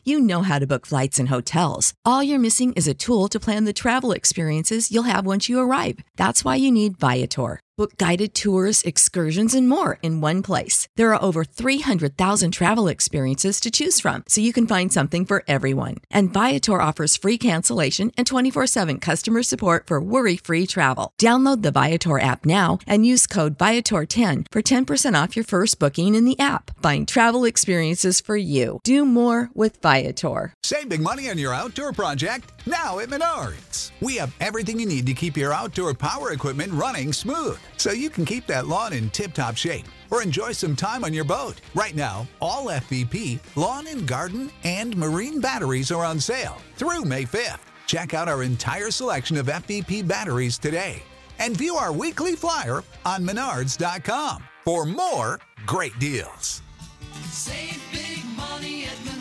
You know how to book flights and hotels. All you're missing is a tool to plan the travel experiences you'll have once you arrive. That's why you need Viator. Book guided tours, excursions, and more in one place. There are over 300,000 travel experiences to choose from, so you can find something for everyone. And Viator offers free cancellation and 24/7 customer support for worry-free travel. Download the Viator app now and use code Viator10 for 10% off your first booking in the app. Find travel experiences for you. Do more with Viator. Save big money on your outdoor project now at Menards. We have everything you need to keep your outdoor power equipment running smooth, so you can keep that lawn in tip-top shape or enjoy some time on your boat. Right now, all FVP, lawn and garden, and marine batteries are on sale through May 5th. Check out our entire selection of FVP batteries today and view our weekly flyer on Menards.com for more great deals. Save big money at Menards.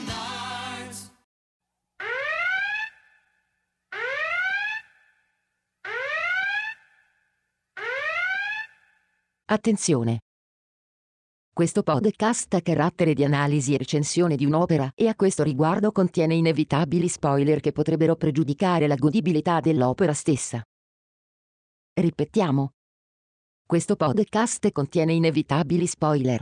Attenzione! Questo podcast ha carattere di analisi e recensione di un'opera e a questo riguardo contiene inevitabili spoiler che potrebbero pregiudicare la godibilità dell'opera stessa. Ripetiamo. Questo podcast contiene inevitabili spoiler.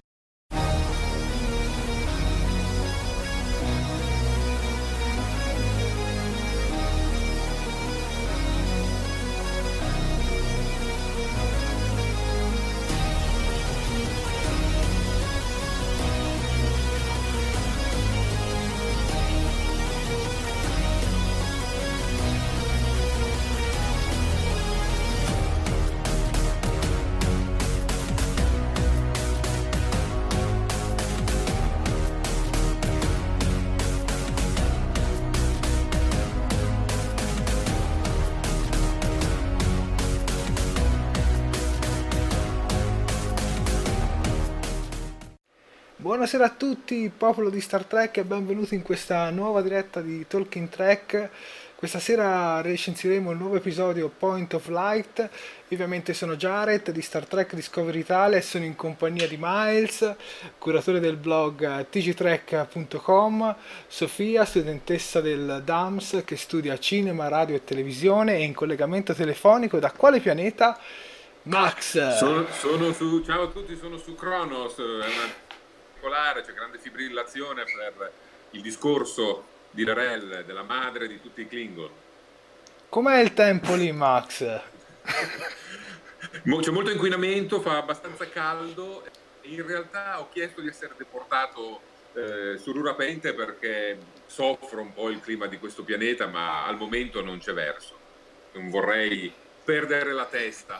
Buonasera a tutti, popolo di Star Trek, e benvenuti in questa nuova diretta di Talking Trek. Questa sera recensiremo il nuovo episodio Point of Light. Ovviamente sono Jared di Star Trek Discovery Italia e sono in compagnia di Miles, curatore del blog tgtrek.com, Sofia, studentessa del DAMS che studia cinema, radio e televisione, e in collegamento telefonico da quale pianeta? Max! Sono su, ciao a tutti, sono su Kronos, è una c'è grande fibrillazione per il discorso di Rel, della madre di tutti i Klingon. Com'è il tempo lì, Max? C'è molto inquinamento, fa abbastanza caldo e in realtà ho chiesto di essere deportato sull'Urapente perché soffro un po' il clima di questo pianeta, ma al momento non c'è verso. Non vorrei perdere la testa.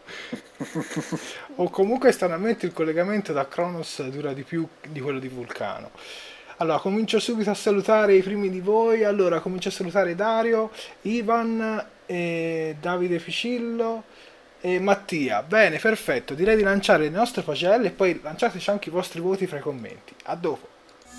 O comunque stranamente il collegamento da Kronos dura di più di quello di Vulcano. Allora comincio subito a salutare i primi di voi. Allora comincio a salutare Dario, Ivan, Davide Ficillo e Mattia. Bene, perfetto, direi di lanciare le nostre pagelle e poi lanciateci anche i vostri voti fra i commenti. A dopo.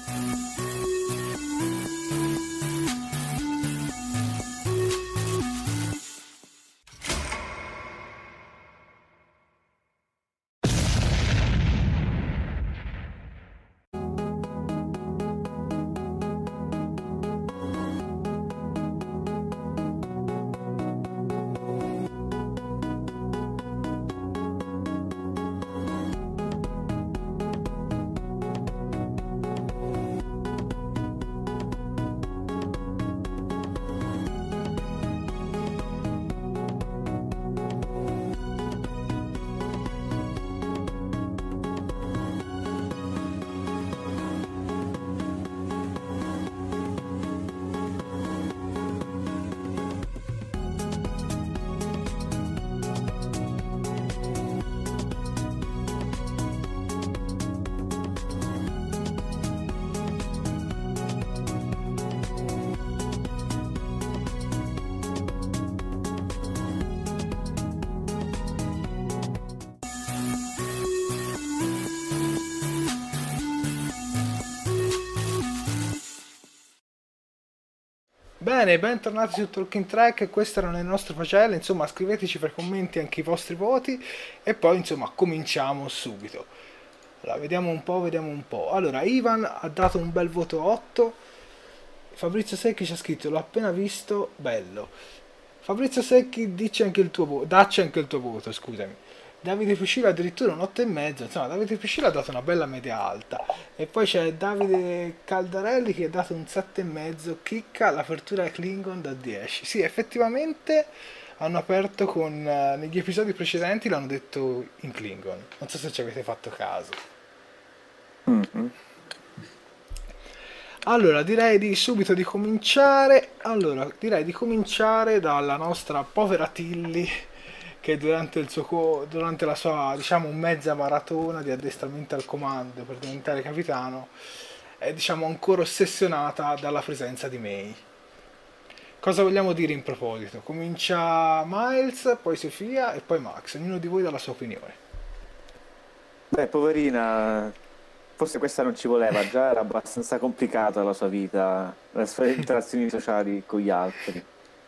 Bene, bentornati su Talking Track, queste erano le nostre pagelle, insomma scriveteci fra i commenti anche i vostri voti e poi insomma cominciamo subito. Allora, vediamo un po'. Allora, Ivan ha dato un bel voto 8, Fabrizio Secchi ci ha scritto: l'ho appena visto, bello. Fabrizio Secchi, dacci anche il tuo voto, scusami. Davide Fucile addirittura un 8,5, insomma Davide Fucile ha dato una bella media alta. E poi c'è Davide Caldarelli che ha dato un 7,5, chicca, l'apertura Klingon da 10. Sì, effettivamente hanno aperto con, negli episodi precedenti l'hanno detto in Klingon, non so se ci avete fatto caso. Mhm. Allora, subito di cominciare. Allora, direi di cominciare dalla nostra povera Tilly, che durante la sua, diciamo, mezza maratona di addestramento al comando per diventare capitano, è, diciamo, ancora ossessionata dalla presenza di May. Cosa vogliamo dire in proposito? Comincia Miles, poi Sofia e poi Max. Ognuno di voi dà la sua opinione. Beh, poverina, forse questa non ci voleva, già era abbastanza complicata la sua vita, le sue interazioni sociali con gli altri.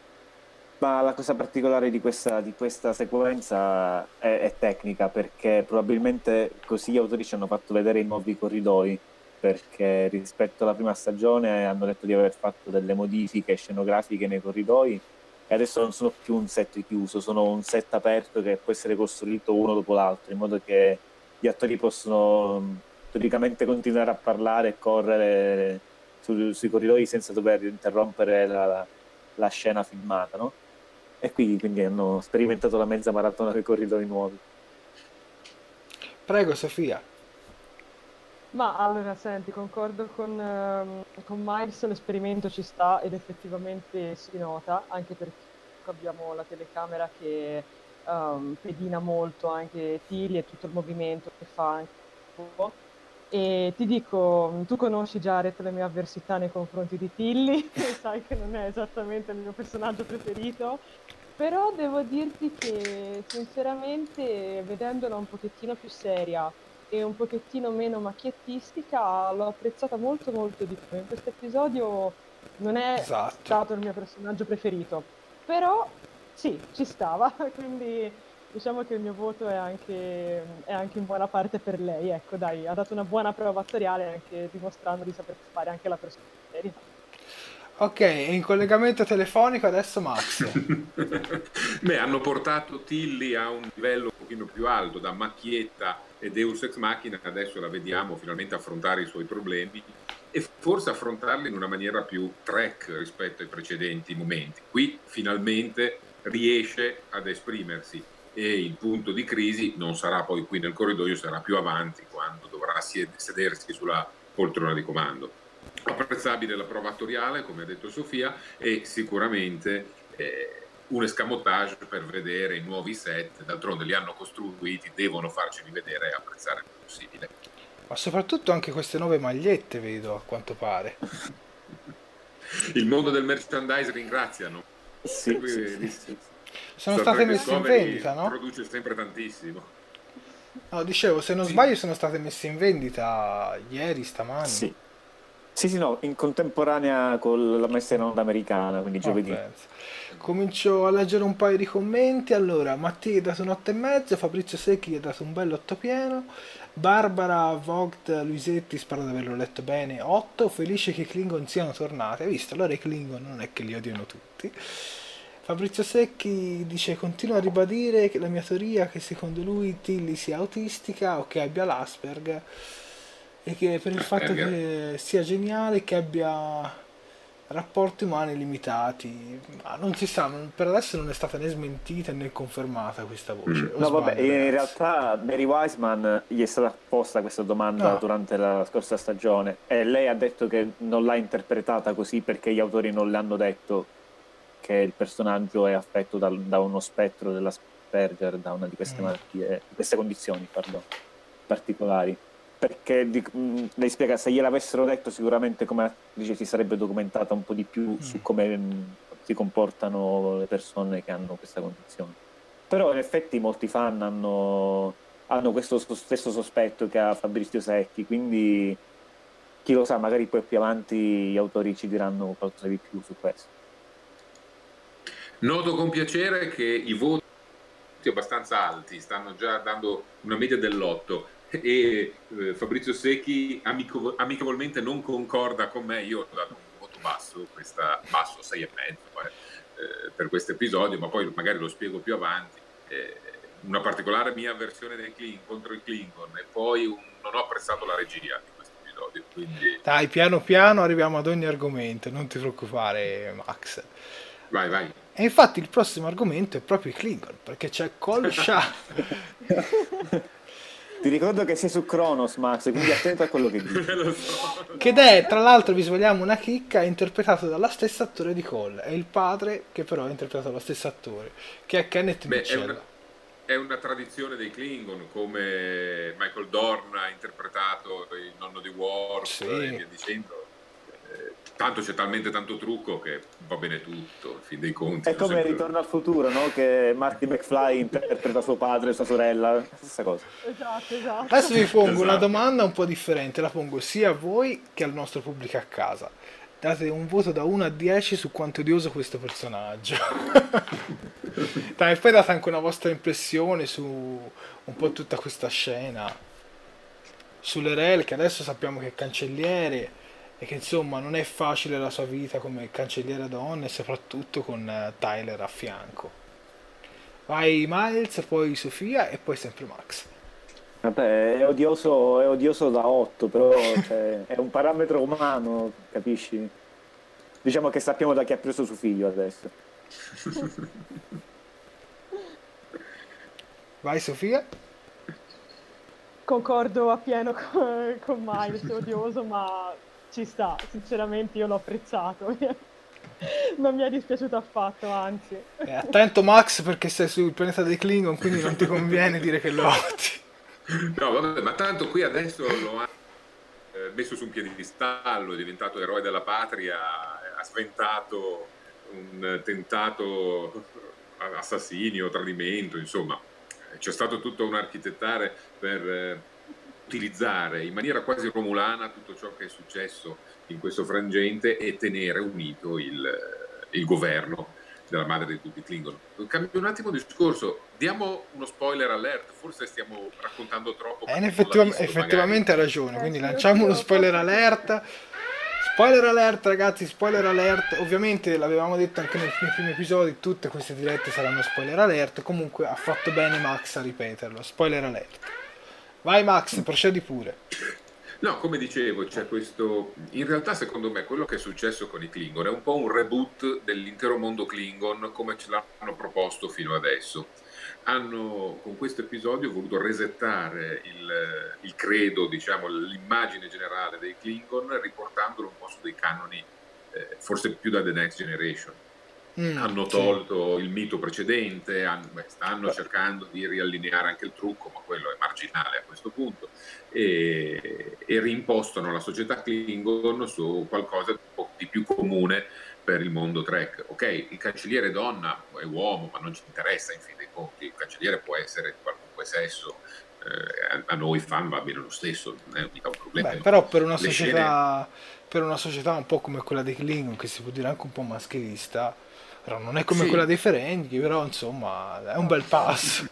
Ma la cosa particolare di questa sequenza è tecnica, perché probabilmente così gli autori ci hanno fatto vedere i nuovi corridoi, perché rispetto alla prima stagione hanno detto di aver fatto delle modifiche scenografiche nei corridoi e adesso non sono più un set chiuso, sono un set aperto che può essere costruito uno dopo l'altro, in modo che gli attori possono teoricamente continuare a parlare e correre sui corridoi senza dover interrompere la scena filmata, no? E quindi hanno sperimentato la mezza maratona dei corridoi nuovi. Prego, Sofia. Ma allora, senti, concordo con Miles, l'esperimento ci sta ed effettivamente si nota, anche perché abbiamo la telecamera che pedina molto anche Tilly e tutto il movimento che fa anche il suo. E ti dico, tu conosci Jared le mie avversità nei confronti di Tilly, e sai che non è esattamente il mio personaggio preferito, però devo dirti che sinceramente vedendola un pochettino più seria e un pochettino meno macchiettistica l'ho apprezzata molto molto di più. In questo episodio non è Esatto. stato il mio personaggio preferito, però sì, ci stava, quindi diciamo che il mio voto è anche in buona parte per lei. Ecco, dai, ha dato una buona prova attoriale, anche dimostrando di saper fare anche la persona seria. Ok, e in collegamento telefonico adesso Max. Beh, hanno portato Tilly a un livello un pochino più alto, da macchietta e Deus Ex Machina, adesso la vediamo finalmente affrontare i suoi problemi e forse affrontarli in una maniera più Trek rispetto ai precedenti momenti. Qui finalmente riesce ad esprimersi e il punto di crisi non sarà poi qui nel corridoio, sarà più avanti quando dovrà sedersi sulla poltrona di comando. Apprezzabile la prova attoriale, come ha detto Sofia, e sicuramente un escamotage per vedere i nuovi set, d'altronde li hanno costruiti, devono farceli vedere e apprezzare il più possibile. Ma soprattutto anche queste nuove magliette, vedo, a quanto pare. Il mondo del merchandise ringraziano. Sì, Qui- sì. Sono Star state Trek messe in Discovery vendita, no? produce sempre tantissimo. No, dicevo, se non Sì. sbaglio sono state messe in vendita ieri, stamani. Sì. Sì, no, in contemporanea con la messa in onda americana, quindi Ah, giovedì. penso. Comincio a leggere un paio di commenti. Allora, Mattia ha dato un 8,5, Fabrizio Secchi gli ha dato un bello 8 pieno, Barbara Vogt Luisetti, spero di averlo letto bene, 8, felice che i Klingon siano tornati. Hai visto? Allora i Klingon non è che li odiano tutti. Fabrizio Secchi dice: continua a ribadire che la mia teoria che secondo lui Tilly sia autistica o che abbia l'Asperger e che per il fatto che sia geniale e che abbia rapporti umani limitati. Ma non si sa, per adesso non è stata né smentita né confermata questa voce. O No, vabbè, sbaglio, in ragazzi? realtà Mary Wiseman gli è stata posta questa domanda No. durante la scorsa stagione e lei ha detto che non l'ha interpretata così perché gli autori non le hanno detto che il personaggio è affetto da uno spettro dell'Asperger, da una di queste malattie, di queste condizioni, pardon, particolari. Perché lei spiega, se gliel'avessero detto sicuramente come attrice si sarebbe documentata un po' di più su come si comportano le persone che hanno questa condizione. Però in effetti molti fan hanno questo stesso sospetto che ha Fabrizio Secchi, quindi chi lo sa, magari poi più avanti gli autori ci diranno qualcosa di più su questo. Noto con piacere che i voti abbastanza alti, stanno già dando una media dell'8 e Fabrizio Secchi amichevolmente non concorda con me, io ho dato un voto basso. basso 6,5 per questo episodio, ma poi magari lo spiego più avanti. Una particolare mia avversione contro i Klingon, e poi non ho apprezzato la regia di questo episodio, quindi... Dai, piano piano arriviamo ad ogni argomento, non ti preoccupare, Max. Vai. E infatti il prossimo argomento è proprio i Klingon, perché c'è Kol Sha. Ti ricordo che sei su Kronos, Max, quindi attento a quello che dici. Lo so. Che è, tra l'altro, vi svegliamo una chicca, è interpretato dalla stessa attore di Cole. È il padre che però è interpretato dallo stesso attore, che è Kenneth Mitchell. È una tradizione dei Klingon, come Michael Dorn ha interpretato il nonno di Worf e via dicendo. Tanto c'è talmente tanto trucco che va bene tutto, in fin dei conti. È come Ritorno al futuro, no? Che Marty McFly interpreta suo padre e sua sorella, stessa cosa. Esatto. Adesso vi pongo una domanda un po' differente, la pongo sia a voi che al nostro pubblico a casa. Date un voto da 1 a 10 su quanto è odioso questo personaggio. Dai, poi date anche una vostra impressione su un po' tutta questa scena. Sull'Erel, che adesso sappiamo che è cancelliere e che insomma non è facile la sua vita come cancelliere donna, e soprattutto con Tyler a fianco. Vai Miles, poi Sofia e poi sempre Max. Vabbè, è odioso da 8, però cioè, è un parametro umano, capisci? Diciamo che sappiamo da chi ha preso suo figlio adesso. Vai Sofia. Concordo appieno con Miles, è odioso, ma ci sta, sinceramente io l'ho apprezzato. Non mi è dispiaciuto affatto, anzi. Attento Max, perché sei sul pianeta dei Klingon, quindi non ti conviene dire che lo odi. No, vabbè, ma tanto qui adesso lo ha messo su un piedistallo, è diventato eroe della patria, ha sventato un tentato assassinio, tradimento, insomma, c'è stato tutto un architettare per utilizzare in maniera quasi romulana tutto ciò che è successo in questo frangente e tenere unito il governo della madre di tutti i Klingon. Cambio un attimo discorso, diamo uno spoiler alert, forse stiamo raccontando troppo. Effettivamente ha ragione, quindi lanciamo uno spoiler alert. Spoiler alert ragazzi, spoiler alert. Ovviamente l'avevamo detto anche nei primi episodi, tutte queste dirette saranno spoiler alert. Comunque ha fatto bene Max a ripeterlo, spoiler alert. Vai Max, procedi pure. No, come dicevo, c'è questo... In realtà, secondo me, quello che è successo con i Klingon è un po' un reboot dell'intero mondo Klingon come ce l'hanno proposto fino adesso. Hanno, con questo episodio, voluto resettare il credo, diciamo, l'immagine generale dei Klingon, riportandolo un po' su dei canoni, forse più da The Next Generation. Hanno tolto il mito precedente, stanno cercando di riallineare anche il trucco, ma quello è marginale a questo punto, e reimpostano la società Klingon su qualcosa di più comune per il mondo Trek. Ok, il cancelliere è donna, è uomo, ma non ci interessa in fin dei conti, il cancelliere può essere di qualunque sesso, a noi fan va bene lo stesso, non è mica un problema. Beh, però per una società un po' come quella dei Klingon, che si può dire anche un po' maschilista, però non è come quella dei Ferengi, però insomma è un bel passo.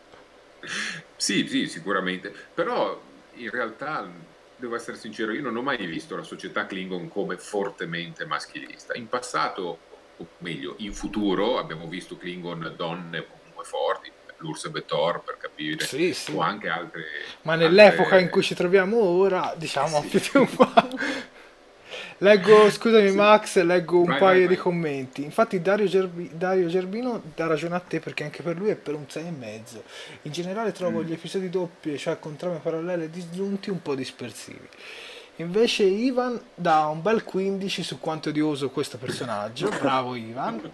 Sì, sicuramente, però in realtà devo essere sincero, io non ho mai visto la società Klingon come fortemente maschilista. In passato, o meglio, in futuro abbiamo visto Klingon donne comunque forti, l'Ursa Betor per capire, sì. o anche altre. Ma nell'epoca in cui ci troviamo ora, diciamo più di un po'. Scusami Max, leggo un paio di commenti. Infatti Dario Gerbino dà ragione a te, perché anche per lui è per un 6,5. In generale trovo gli episodi doppi, cioè con trame parallele e disgiunti, un po' dispersivi. Invece Ivan dà un bel 15 su quanto è odioso questo personaggio. Bravo Ivan.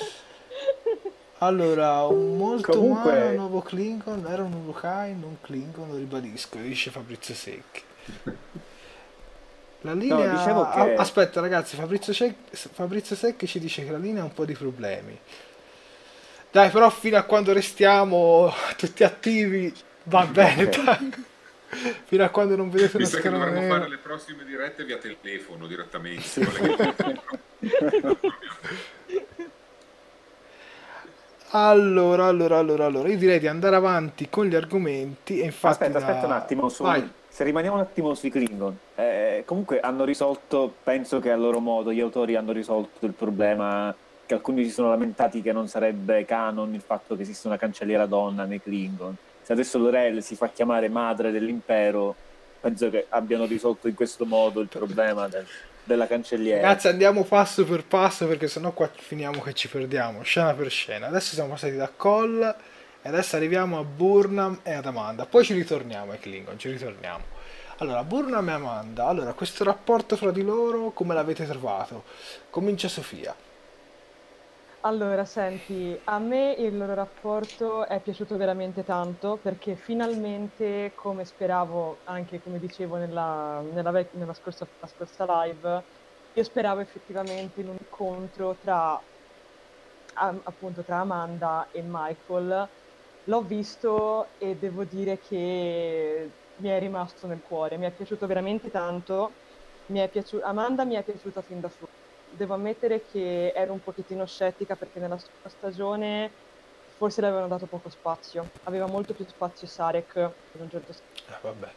Allora, un molto umano nuovo Klingon, era un Urukai, non Klingon, lo ribadisco, dice Fabrizio Secchi. La linea... No, dicevo che... Aspetta ragazzi, Fabrizio Secchi ci dice che la linea ha un po' di problemi. Dai, però fino a quando restiamo tutti attivi va bene, dai. Fino a quando non vedete uno schermo nero. Dovremmo fare le prossime dirette via telefono direttamente. Sì. Allora, io direi di andare avanti con gli argomenti e infatti aspetta un attimo, se rimaniamo un attimo sui Klingon, comunque hanno risolto, penso che a loro modo, gli autori hanno risolto il problema che alcuni si sono lamentati che non sarebbe canon il fatto che esiste una cancelliera donna nei Klingon. Se adesso L'Orel si fa chiamare madre dell'impero, penso che abbiano risolto in questo modo il problema della cancelliera. Ragazzi, andiamo passo per passo perché sennò qua finiamo che ci perdiamo, scena per scena. Adesso siamo passati da Cole e adesso arriviamo a Burnham e ad Amanda. Poi ci ritorniamo ai Klingon, ci ritorniamo. Allora, Burnham e Amanda. Allora, questo rapporto fra di loro, come l'avete trovato? Comincia Sofia. Allora, senti, a me il loro rapporto è piaciuto veramente tanto perché finalmente, come speravo, anche come dicevo nella la scorsa live, io speravo effettivamente in un incontro appunto tra Amanda e Michael. L'ho visto e devo dire che mi è rimasto nel cuore, mi è piaciuto veramente tanto. Amanda mi è piaciuta fin da subito. Devo ammettere che ero un pochettino scettica perché nella sua stagione forse le avevano dato poco spazio. Aveva molto più spazio Sarek in un certo senso. Vabbè.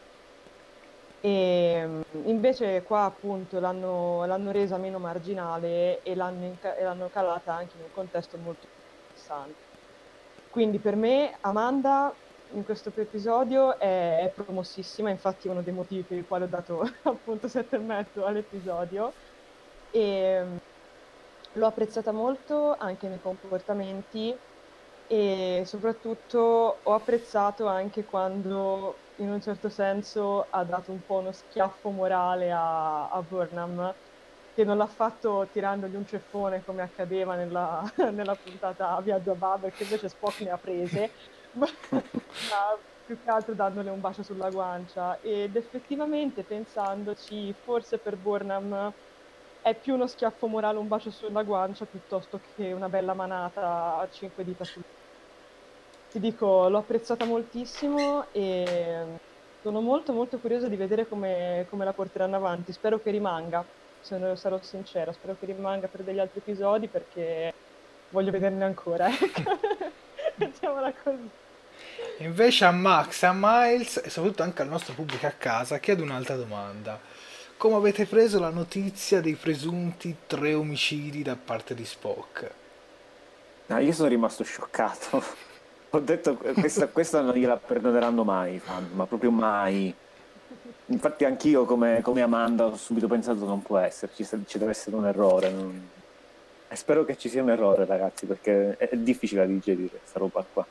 E invece qua appunto l'hanno resa meno marginale e l'hanno calata anche in un contesto molto interessante. Quindi per me Amanda in questo episodio è promossima, infatti è uno dei motivi per i quali ho dato appunto 7,5 all'episodio. E l'ho apprezzata molto anche nei comportamenti e soprattutto ho apprezzato anche quando in un certo senso ha dato un po' uno schiaffo morale a Burnham, che non l'ha fatto tirandogli un ceffone come accadeva nella puntata Viaggio a Babel, che invece Spock ne ha prese, ma più che altro dandole un bacio sulla guancia. Ed effettivamente pensandoci, forse per Burnham è più uno schiaffo morale, un bacio sulla guancia, piuttosto che una bella manata a 5 dita sul... Ti dico, l'ho apprezzata moltissimo e sono molto molto curiosa di vedere come la porteranno avanti. Spero che rimanga, sarò sincera, spero che rimanga per degli altri episodi perché voglio vederne ancora, ecco. Mettiamola così. Invece a Max, a Miles e soprattutto anche al nostro pubblico a casa chiedo un'altra domanda. Come avete preso la notizia dei presunti 3 omicidi da parte di Spock? No, io sono rimasto scioccato. Ho detto questa non gliela perdoneranno mai, i fan, ma proprio mai. Infatti anch'io come Amanda ho subito pensato non può esserci, ci deve essere un errore. E spero che ci sia un errore, ragazzi, perché è difficile da digerire questa roba qua.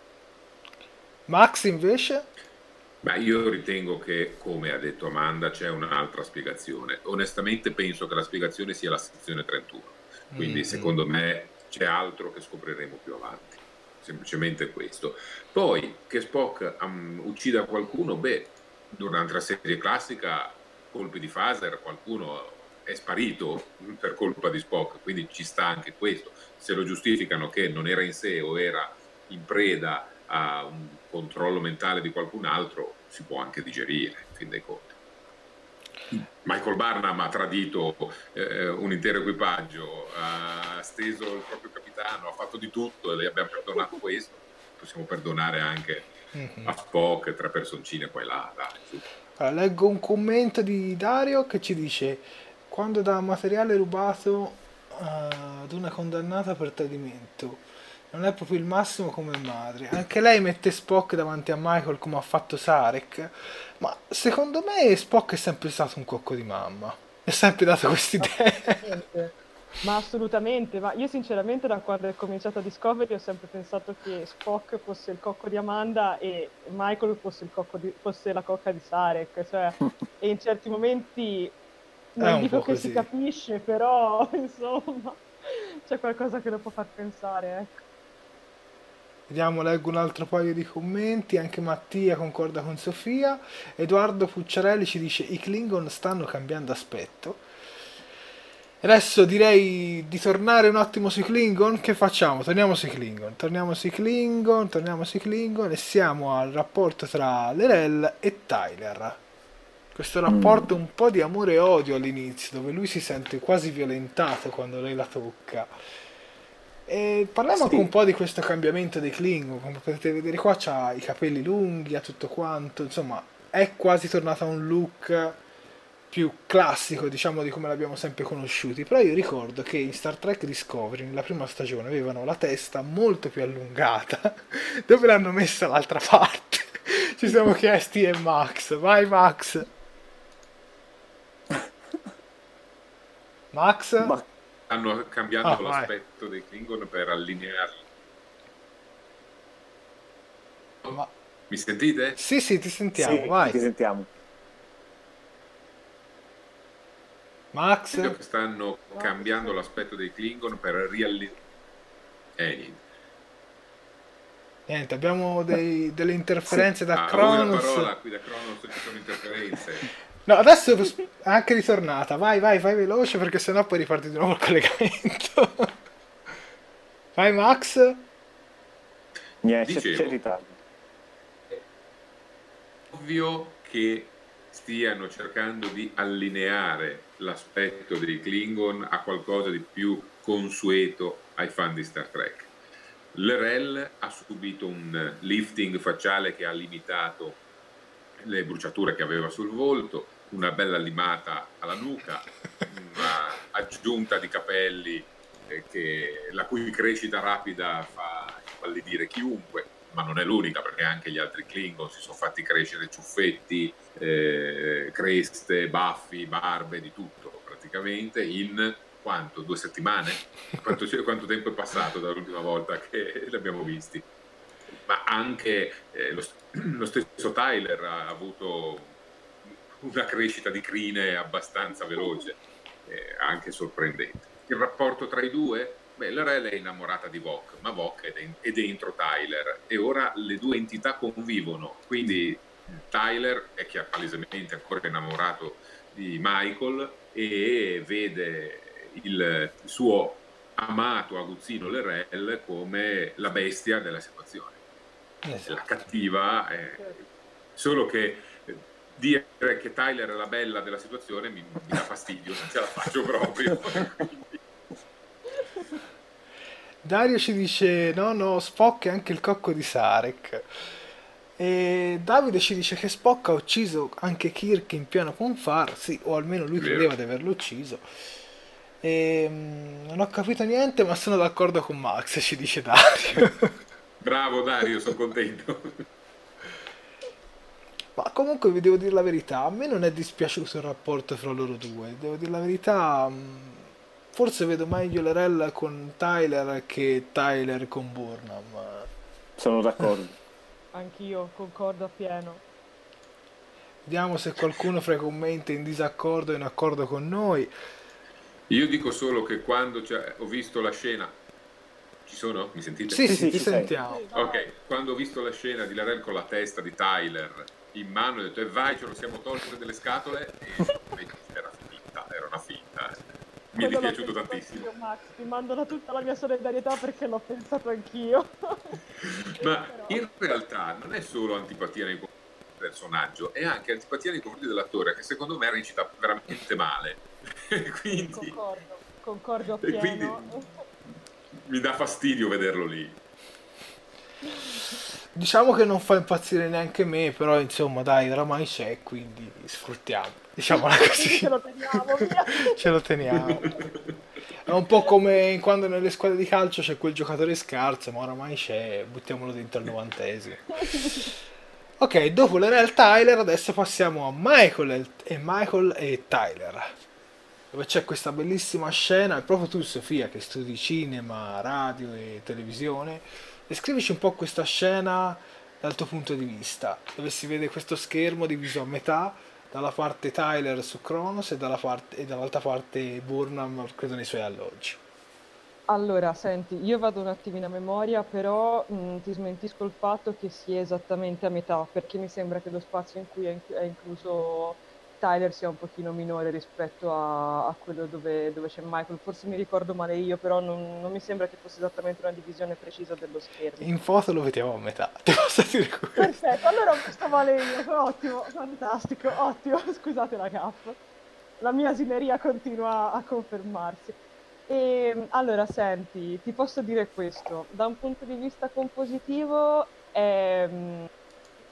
Max invece? Beh, io ritengo che, come ha detto Amanda, c'è un'altra spiegazione. Onestamente penso che la spiegazione sia la sezione 31, quindi secondo me c'è altro che scopriremo più avanti, semplicemente questo. Poi che Spock uccida qualcuno, beh, durante la serie classica, colpi di phaser, qualcuno è sparito per colpa di Spock, quindi ci sta anche questo. Se lo giustificano che non era in sé o era in preda a un controllo mentale di qualcun altro, si può anche digerire, in fin dei conti. Michael Barnum ha tradito un intero equipaggio, ha steso il proprio capitano, ha fatto di tutto e le abbiamo perdonato questo. Possiamo perdonare anche a Spock 3 personcine qua e là, dai, su. Allora, leggo un commento di Dario che ci dice: quando dà materiale rubato ad una condannata per tradimento non è proprio il massimo come madre. Anche lei mette Spock davanti a Michael come ha fatto Sarek, ma secondo me Spock è sempre stato un cocco di mamma, è sempre dato quest'idea. Ma assolutamente, ma io sinceramente da quando è cominciata Discovery ho sempre pensato che Spock fosse il cocco di Amanda e Michael fosse la cocca di Sarek, cioè, e in certi momenti non dico che si capisce, però insomma c'è qualcosa che lo può far pensare, ecco. Vediamo, leggo un altro paio di commenti. Anche Mattia concorda con Sofia. Edoardo Pucciarelli ci dice: i Klingon stanno cambiando aspetto. Adesso direi di tornare un attimo sui Klingon. Che facciamo? Torniamo sui Klingon e siamo al rapporto tra L'Rell e Tyler. Questo rapporto un po' di amore e odio all'inizio, dove lui si sente quasi violentato quando lei la tocca. E parliamo anche un po' di questo cambiamento dei Klingon. Come potete vedere qua c'ha i capelli lunghi, ha tutto quanto, insomma è quasi tornata a un look più classico, diciamo, di come l'abbiamo sempre conosciuti. Però io ricordo che in Star Trek Discovery, nella prima stagione, avevano la testa molto più allungata. Dove l'hanno messa l'altra parte? Ci siamo chiesti e Max. Vai Max. Max? Ma Stanno cambiando vai. l'aspetto dei Klingon per allinearli. Ma- Mi sentite? Sì, sì, ti sentiamo, sì, vai. ti sentiamo. Max? Vedo che stanno cambiando l'aspetto dei Klingon per riallineare. Niente, abbiamo delle interferenze da Vuoi la Kronos. parola? Qui da Kronos ci sono interferenze. No, adesso è anche ritornata. Vai, vai, vai veloce perché sennò poi riparti di nuovo il collegamento. Vai Max. Niente, c'è Dicevo. ritardo. Ovvio che stiano cercando di allineare l'aspetto dei Klingon a qualcosa di più consueto ai fan di Star Trek. L'Rel ha subito un lifting facciale che ha limitato le bruciature che aveva sul volto, una bella limata alla nuca, una aggiunta di capelli la cui crescita rapida fa impallidire chiunque, ma non è l'unica, perché anche gli altri Klingon si sono fatti crescere ciuffetti, creste, baffi, barbe, di tutto praticamente in quanto? 2 settimane? Quanto tempo è passato dall'ultima volta che li abbiamo visti? Ma anche lo stesso Tyler ha avuto una crescita di crine abbastanza veloce, anche sorprendente. Il rapporto tra i due? Beh, L'Rel è innamorata di Vok, ma Vok è dentro Tyler, e ora le due entità convivono, quindi Tyler è palesemente ancora innamorato di Michael e vede il suo amato aguzzino L'Rel come la bestia della situazione, la cattiva, solo che dire che Tyler è la bella della situazione mi dà fastidio, non ce la faccio proprio. Dario ci dice no, Spock è anche il cocco di Sarek. E Davide ci dice che Spock ha ucciso anche Kirk in pieno Ponfar, sì, o almeno lui Vero. credeva di averlo ucciso. Non ho capito niente, ma sono d'accordo con Max, ci dice Dario. Bravo Dario, sono contento. Ma comunque vi devo dire la verità, a me non è dispiaciuto il rapporto fra loro due, devo dire la verità, forse vedo meglio L'Rel con Tyler che Tyler con Burnham. Sono d'accordo. Anch'io concordo appieno. Vediamo se qualcuno fra i commenti è in disaccordo o in accordo con noi. Io dico solo che quando ho visto la scena, ci sono? Mi sentite? Sì, sì, ti ci sei. sentiamo. Ok, quando ho visto la scena di L'Rel con la testa di Tyler in mano, ho detto, e vai, ce lo siamo tolti delle scatole, e invece era una finta. Mi è Quello l'ho dispiaciuto pensato tantissimo. anch'io, Max, ti mando tutta la mia solidarietà perché l'ho pensato anch'io. Ma in realtà non è solo antipatia nei confronti del personaggio, è anche antipatia nei confronti dell'attore, che secondo me recita veramente male. Quindi, Concordo e quindi appieno. mi dà fastidio vederlo lì. Diciamo che non fa impazzire neanche me, però insomma dai, oramai c'è, quindi sfruttiamo. Diciamola così. Ce lo teniamo, via. Ce lo teniamo. È un po' come quando nelle squadre di calcio c'è quel giocatore scarso, ma oramai c'è, buttiamolo dentro al 90esimo. Ok, dopo l'Rel Tyler, adesso passiamo a Michael e Tyler. Dove c'è questa bellissima scena, è proprio tu Sofia che studi cinema, radio e televisione. Descrivici un po' questa scena dal tuo punto di vista, dove si vede questo schermo diviso a metà, dalla parte Tyler su Kronos e dall'altra parte Burnham, credo, nei suoi alloggi. Allora, senti, io vado un attimino a memoria, però ti smentisco il fatto che sia esattamente a metà, perché mi sembra che lo spazio in cui è incluso Tyler sia un pochino minore rispetto a quello dove c'è Michael. Forse mi ricordo male io, però non mi sembra che fosse esattamente una divisione precisa dello schermo. In foto lo vediamo a metà, ti posso dire questo. Perfetto, allora ho visto male io, ottimo, fantastico, ottimo, scusate la gaffa. La mia asineria continua a confermarsi. Allora, senti, ti posso dire questo, da un punto di vista compositivo è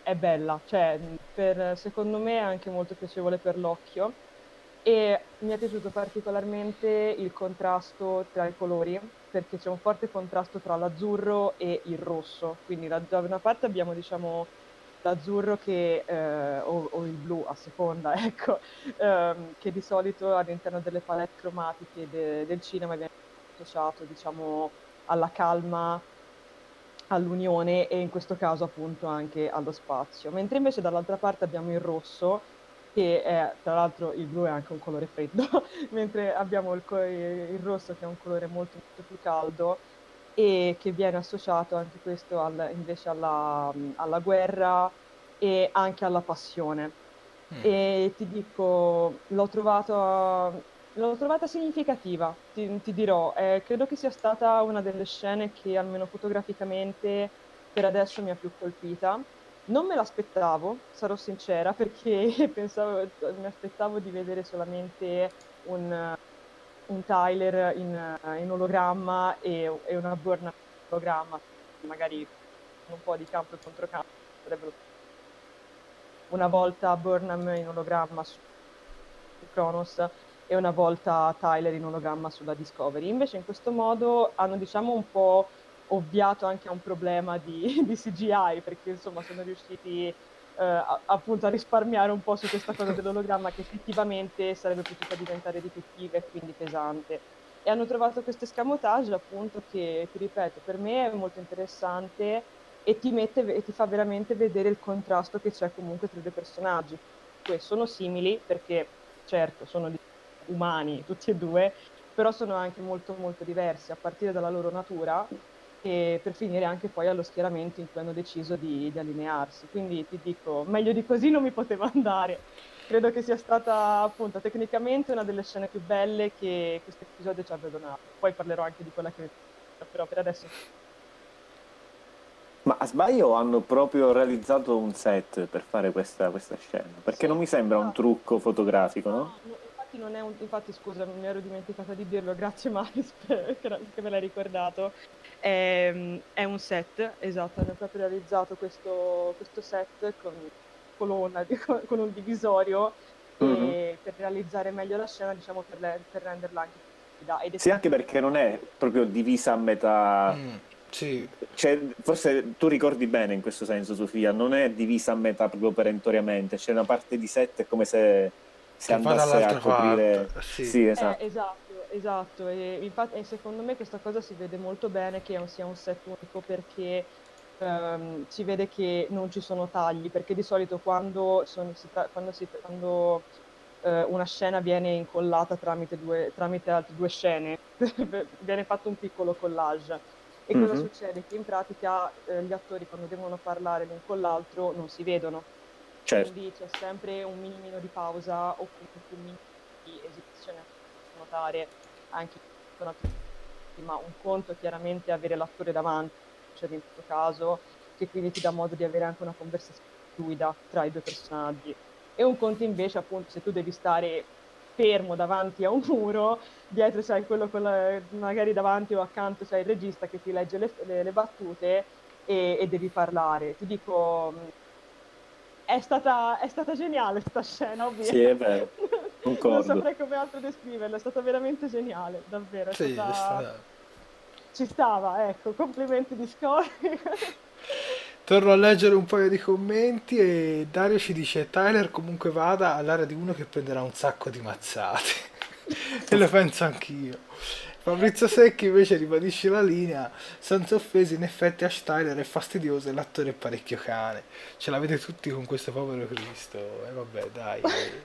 è bella, cioè secondo me è anche molto piacevole per l'occhio e mi è piaciuto particolarmente il contrasto tra i colori perché c'è un forte contrasto tra l'azzurro e il rosso, quindi da una parte abbiamo diciamo l'azzurro o il blu a seconda, ecco, che di solito all'interno delle palette cromatiche del cinema viene associato diciamo alla calma, all'unione e in questo caso appunto anche allo spazio. Mentre invece dall'altra parte abbiamo il rosso, che è tra l'altro il blu è anche un colore freddo, mentre abbiamo il rosso che è un colore molto, molto più caldo e che viene associato anche questo invece alla guerra e anche alla passione. E ti dico, l'ho trovata significativa, ti dirò. Credo che sia stata una delle scene che almeno fotograficamente per adesso mi ha più colpita. Non me l'aspettavo, sarò sincera, perché mi aspettavo di vedere solamente un Tyler in ologramma e una Burnham in ologramma, magari un po' di campo e controcampo. Una volta Burnham in ologramma su Kronos e una volta Tyler in ologramma sulla Discovery. Invece in questo modo hanno diciamo un po' ovviato anche a un problema di CGI, perché insomma sono riusciti appunto a risparmiare un po' su questa cosa dell'ologramma che effettivamente sarebbe potuta diventare ripetitiva e quindi pesante. E hanno trovato questo escamotage appunto che, ti ripeto, per me è molto interessante e ti fa veramente vedere il contrasto che c'è comunque tra i due personaggi. Sono simili perché, certo, sono umani tutti e due, però sono anche molto molto diversi a partire dalla loro natura e per finire anche poi allo schieramento in cui hanno deciso di allinearsi. Quindi ti dico, meglio di così non mi poteva andare. Credo che sia stata appunto tecnicamente una delle scene più belle che questo episodio ci abbia donato. Poi parlerò anche di quella che però per adesso. Ma a sbaglio hanno proprio realizzato un set per fare questa scena? Perché Sì, non mi sembra un trucco fotografico, no? Infatti non è infatti scusa, mi ero dimenticata di dirlo, grazie Maris che me l'hai ricordato. È un set, esatto, hanno proprio realizzato questo set con colonna, con un divisorio per realizzare meglio la scena, diciamo per renderla anche più fluida. Sì, anche perché non è proprio divisa a metà. Sì. Cioè, forse tu ricordi bene in questo senso, Sofia, non è divisa a metà proprio perentoriamente, c'è una parte di set è come se andasse a coprire. Sì. Sì, esatto. Esatto, e infatti secondo me questa cosa si vede molto bene che sia un set unico perché si vede che non ci sono tagli, perché di solito quando una scena viene incollata tramite altre due scene, viene fatto un piccolo collage. E cosa succede? Che in pratica gli attori quando devono parlare l'un con l'altro non si vedono. Certo. Quindi c'è sempre un minimo di pausa o comunque un minimo di esibizione da notare anche ma un conto è chiaramente avere l'attore davanti, cioè in questo caso, che quindi ti dà modo di avere anche una conversazione fluida tra i due personaggi. E un conto invece appunto se tu devi stare fermo davanti a un muro, dietro c'hai quello magari davanti o accanto c'hai il regista che ti legge le battute e devi parlare. Ti dico, è stata geniale sta scena, ovviamente. Sì, è vero, concordo. Non saprei come altro descriverla, è stata veramente geniale, davvero. Sì, Ci stava, ecco, complimenti di Discovery. Torno a leggere un paio di commenti e Dario ci dice Tyler comunque vada all'area di uno che prenderà un sacco di mazzate. E lo penso anch'io. Fabrizio Secchi invece ribadisce la linea senza offese, in effetti Ash Tyler è fastidioso e l'attore è parecchio cane. Ce l'avete tutti con questo povero Cristo. E vabbè, dai.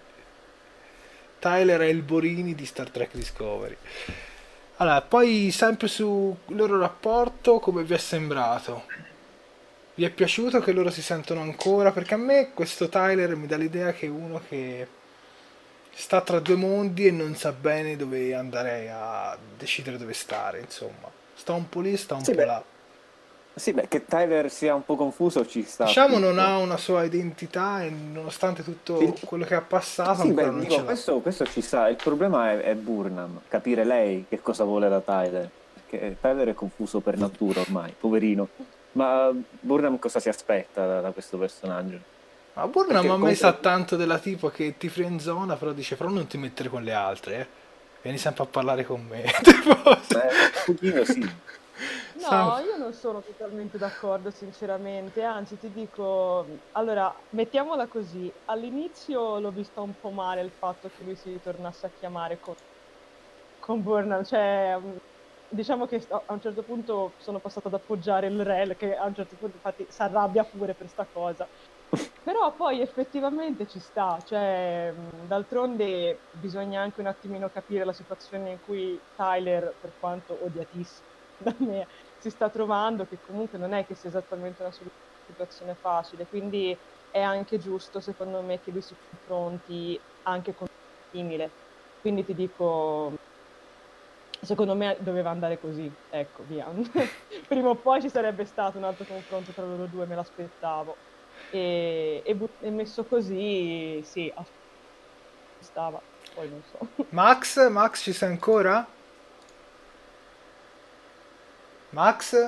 Tyler è il Borini di Star Trek Discovery. Allora, poi sempre sul loro rapporto, come vi è sembrato? Vi è piaciuto che loro si sentono ancora? Perché a me questo Tyler mi dà l'idea che è uno che sta tra due mondi e non sa bene dove andare a decidere dove stare, insomma. Sta un po' lì, sta un po' là. Sì, beh, che Tyler sia un po' confuso ci sta. Diciamo non ha una sua identità e nonostante tutto quello che ha passato ancora non ce l'ha. Questo ci sta. Il problema è Burnham, capire lei che cosa vuole da Tyler. Perché Tyler è confuso per natura ormai, poverino. Ma Burnham cosa si aspetta da questo personaggio? Ma Burnham Perché a me comunque sa tanto della tipo che ti friendzona, però dice, però non ti mettere con le altre, eh. Vieni sempre a parlare con me. Tipo, un pochino sì. No, io non sono totalmente d'accordo, sinceramente, anzi ti dico, allora, mettiamola così, all'inizio l'ho vista un po' male il fatto che lui si ritornasse a chiamare con Burnham, cioè, diciamo che a un certo punto sono passata ad appoggiare il Rel, che a un certo punto infatti si arrabbia pure per sta cosa. Però poi effettivamente ci sta, cioè d'altronde bisogna anche un attimino capire la situazione in cui Tyler, per quanto odiatissimo da me, si sta trovando, che comunque non è che sia esattamente una situazione facile, quindi è anche giusto secondo me che lui si confronti anche con simile. Quindi ti dico, secondo me doveva andare così, ecco, via. Prima o poi ci sarebbe stato un altro confronto tra loro due, me l'aspettavo. E messo così, sì, stava, poi non so. Max ci sei ancora? Max?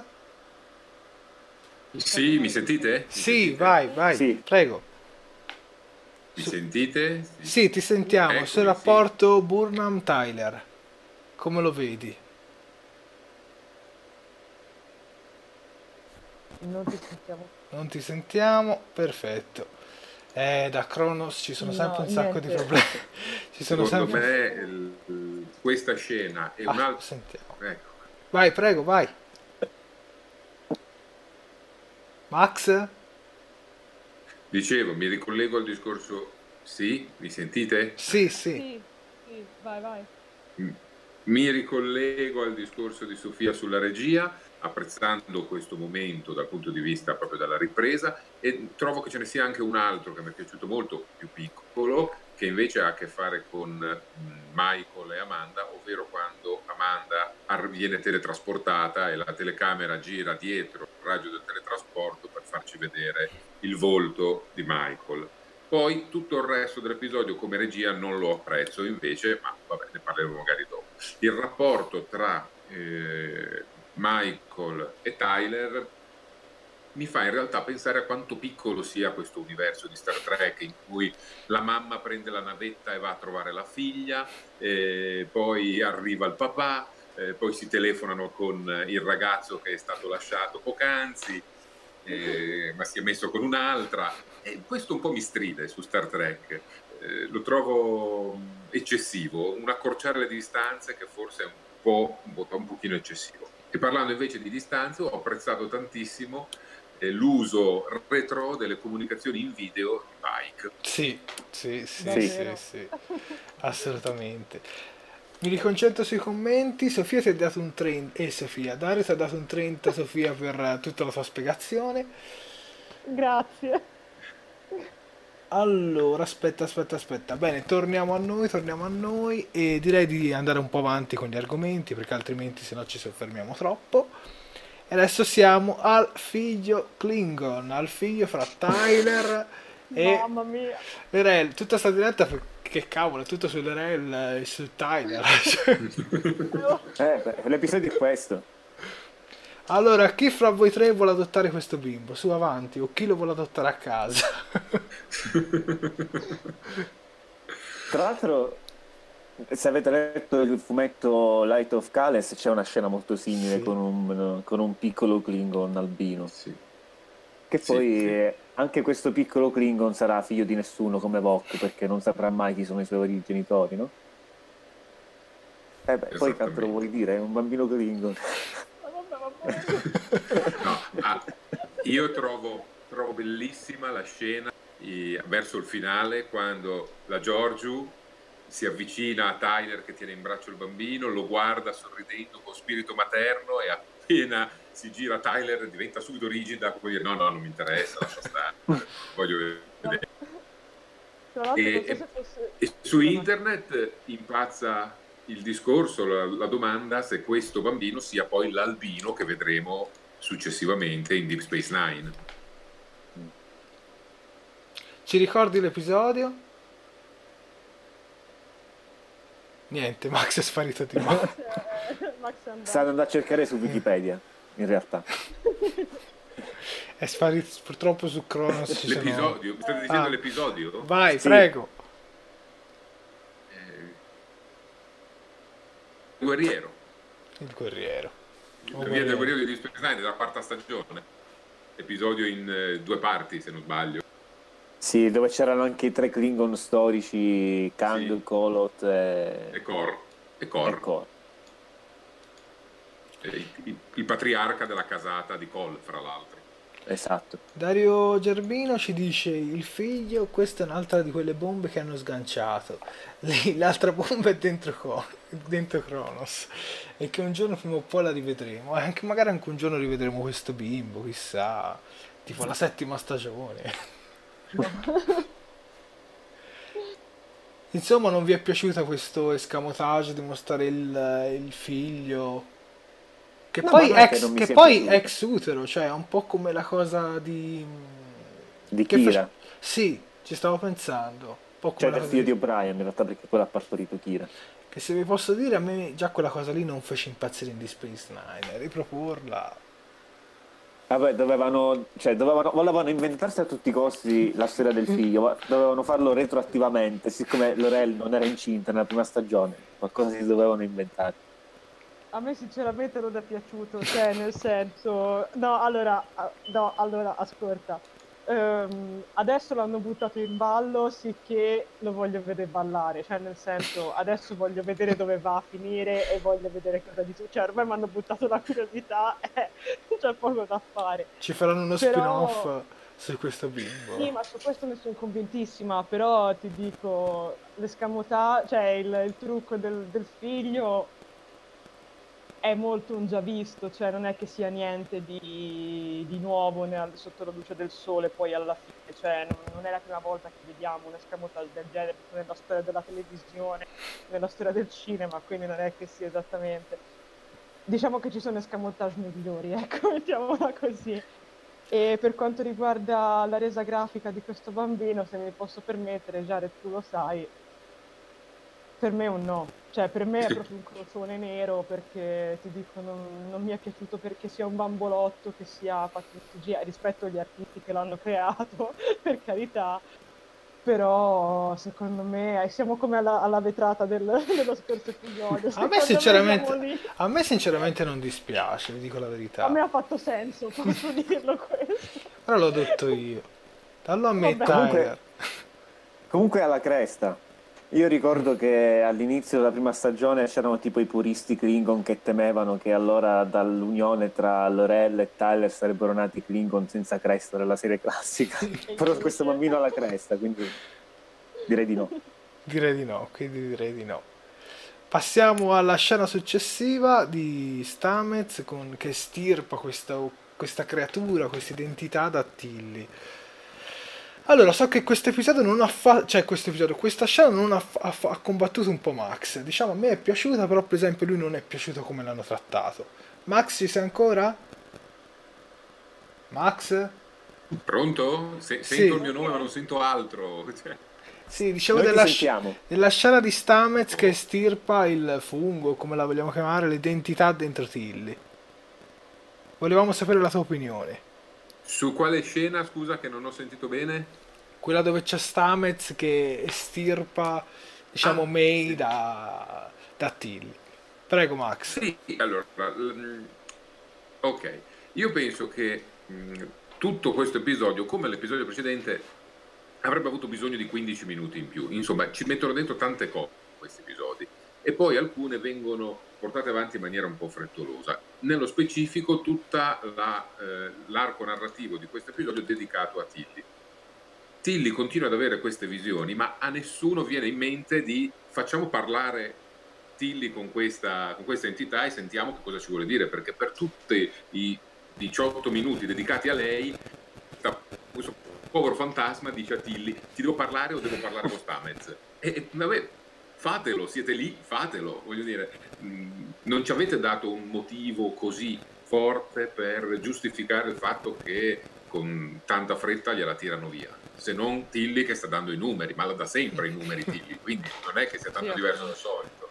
Sì, mi sentite? Mi Sì, sentite? vai, Sì. prego. Mi sentite? Sì, ti sentiamo. Eccomi, Sul sì. rapporto Burnham-Tyler, come lo vedi? Non ti sentiamo. Non ti sentiamo? Perfetto. Da Kronos ci sono sempre No, un sacco di niente. problemi. Ci sono Secondo sempre... me questa scena è un altro... Sentiamo. Ecco. Vai, prego, vai. Max? Dicevo, mi ricollego al discorso... Sì, mi sentite? Sì. Sì, vai. Mi ricollego al discorso di Sofia sulla regia, apprezzando questo momento dal punto di vista proprio della ripresa, e trovo che ce ne sia anche un altro che mi è piaciuto molto, più piccolo, che invece ha a che fare con Michael e Amanda, ovvero quando Amanda viene teletrasportata e la telecamera gira dietro il raggio del teletrasporto per farci vedere il volto di Michael. Poi tutto il resto dell'episodio come regia non lo apprezzo invece, ma vabbè, ne parleremo magari dopo. Il rapporto tra Michael e Tyler mi fa in realtà pensare a quanto piccolo sia questo universo di Star Trek, in cui la mamma prende la navetta e va a trovare la figlia, poi arriva il papà, poi si telefonano con il ragazzo che è stato lasciato poc'anzi, ma si è messo con un'altra. E questo un po' mi stride su Star Trek. Lo trovo eccessivo, un accorciare le distanze che forse è un pochino eccessivo. E parlando invece di distanze, ho apprezzato tantissimo l'uso retro delle comunicazioni in video di Pike. Sì, assolutamente. Mi riconcentro sui commenti. Sofia ti ha dato un 30. Dario ti ha dato un 30, Sofia, per tutta la sua spiegazione. Grazie. Allora, aspetta. Bene, torniamo a noi e direi di andare un po' avanti con gli argomenti perché altrimenti se no ci soffermiamo troppo. E adesso siamo al figlio Klingon, al figlio fra Tyler e Mamma mia. Lerel. Tutta sta diretta che cavolo, è tutto su Lerel e su Tyler. L'episodio è questo. Allora, chi fra voi tre vuole adottare questo bimbo? Su avanti, o chi lo vuole adottare a casa? Tra l'altro, se avete letto il fumetto Light of Kales, c'è una scena molto simile Sì. con un piccolo Klingon albino. Sì. Che poi Sì. anche questo piccolo Klingon sarà figlio di nessuno come Vok, perché non saprà mai chi sono i suoi veri genitori, no? Poi che altro vuoi dire? È un bambino Klingon. No, io trovo bellissima la scena verso il finale quando la Giorgio si avvicina a Tyler che tiene in braccio il bambino, lo guarda sorridendo con spirito materno e appena si gira Tyler diventa subito rigida, come dire no, non mi interessa, lascia stare, voglio vedere. Tra l'altro non so se fosse... E su internet impazza il discorso, la domanda se questo bambino sia poi l'albino che vedremo successivamente in Deep Space Nine. Ci ricordi l'episodio? Niente, Max è sparito di nuovo. Max è andato. Sta andando a cercare su Wikipedia, in realtà. È sparito purtroppo su Cronos. L'episodio? Mi state dicendo l'episodio? Vai, Sì. prego. Guerriero. Il guerriero. Il via del guerriero di Space Nine della quarta stagione. Episodio in 2 parti, se non sbaglio. Sì, dove c'erano anche i 3 Klingon storici, Kang, Sì. Kolot E Kor. e Kor. Il patriarca della casata di Kol, fra l'altro. Esatto. Dario Gerbino ci dice: il figlio, questa è un'altra di quelle bombe che hanno sganciato. L'altra bomba è dentro Cronos. E che un giorno prima o poi la rivedremo. E magari anche un giorno rivedremo questo bimbo, chissà. Tipo la 7ª stagione. Insomma, non vi è piaciuta questo escamotage di mostrare il figlio? Che No, poi, ma non è che non mi sia piaciuto. ex utero, cioè è un po' come la cosa Di che Kira. Sì, ci stavo pensando. Un po' come Cioè la del cosa figlio di O'Brien, in realtà, perché poi l'ha partorito Kira. Che se vi posso dire, a me già quella cosa lì non fece impazzire in Deep Space Nine. Riproporla. Vabbè, volevano inventarsi a tutti i costi la storia del figlio, ma dovevano farlo retroattivamente, siccome L'Oreal non era incinta nella prima stagione, qualcosa si dovevano inventare. A me sinceramente non è piaciuto, cioè nel senso... No, allora, ascolta. Adesso l'hanno buttato in ballo, sicché lo voglio vedere ballare, cioè nel senso, adesso voglio vedere dove va a finire e voglio vedere cosa dice. Cioè ormai mi hanno buttato la curiosità e c'è poco da fare. Ci faranno uno Però- spin-off su questo bimbo. Sì, ma su questo ne sono convintissima, però ti dico, l'escamotage, cioè il trucco del figlio è molto un già visto, cioè non è che sia niente di nuovo sotto la luce del sole poi alla fine, cioè non è la prima volta che vediamo un escamotage del genere nella storia della televisione, nella storia del cinema, quindi non è che sia esattamente... Diciamo che ci sono escamotage migliori, ecco, mettiamola così. E per quanto riguarda la resa grafica di questo bambino, se mi posso permettere, Jared, tu lo sai, per me è un no. Cioè, per me è proprio un crocione nero, perché ti dico, non mi è piaciuto perché sia un bambolotto, che sia fatto in CGI, rispetto agli artisti che l'hanno creato, per carità. Però, secondo me, siamo come alla vetrata dello scorso episodio. A me, Secondo me siamo lì. sinceramente non dispiace, vi dico la verità. A me ha fatto senso, posso dirlo questo. Però l'ho detto io. Dallo a me, Vabbè. Tyler. Comunque alla cresta. Io ricordo che all'inizio della prima stagione c'erano tipo i puristi Klingon che temevano che allora dall'unione tra L'Oreal e Tyler sarebbero nati Klingon senza cresta della serie classica. Però questo bambino ha la cresta, quindi direi di no. Direi di no, quindi direi di no. Passiamo alla scena successiva di Stamets che stirpa questa creatura, questa identità da Tilly. Allora, so che questo episodio non ha fatto, cioè questa scena non ha combattuto un po' Max. Diciamo, a me è piaciuta, però per esempio lui non è piaciuto come l'hanno trattato. Max, ci sei ancora? Max? Pronto? Sì. Sento il mio nome ma non sento altro. Cioè, Sì, dicevo Noi ti della, sentiamo. della scena di Stamets che stirpa il fungo, come la vogliamo chiamare, l'identità dentro Tilly. Volevamo sapere la tua opinione. su quale scena, scusa, che non ho sentito bene? Quella dove c'è Stamets che stirpa, diciamo, Ah, May sì. da Tilly. Prego, Max. Sì, allora, ok, io penso che tutto questo episodio, come l'episodio precedente, avrebbe avuto bisogno di 15 minuti in più. Insomma, ci mettono dentro tante cose questi episodi e poi alcune vengono portate avanti in maniera un po' frettolosa. Nello specifico tutta l'arco narrativo di questo episodio è dedicato a Tilly. Tilly continua ad avere queste visioni, ma a nessuno viene in mente di facciamo parlare Tilly con questa entità e sentiamo che cosa ci vuole dire, perché per tutti i 18 minuti dedicati a lei, questo povero fantasma dice a Tilly: ti devo parlare o devo parlare con Stamets? E vabbè, fatelo, siete lì, fatelo, voglio dire, non ci avete dato un motivo così forte per giustificare il fatto che con tanta fretta gliela tirano via, se non Tilly che sta dando i numeri, ma la dà sempre i numeri Tilly, quindi non è che sia tanto Sì, diverso dal solito.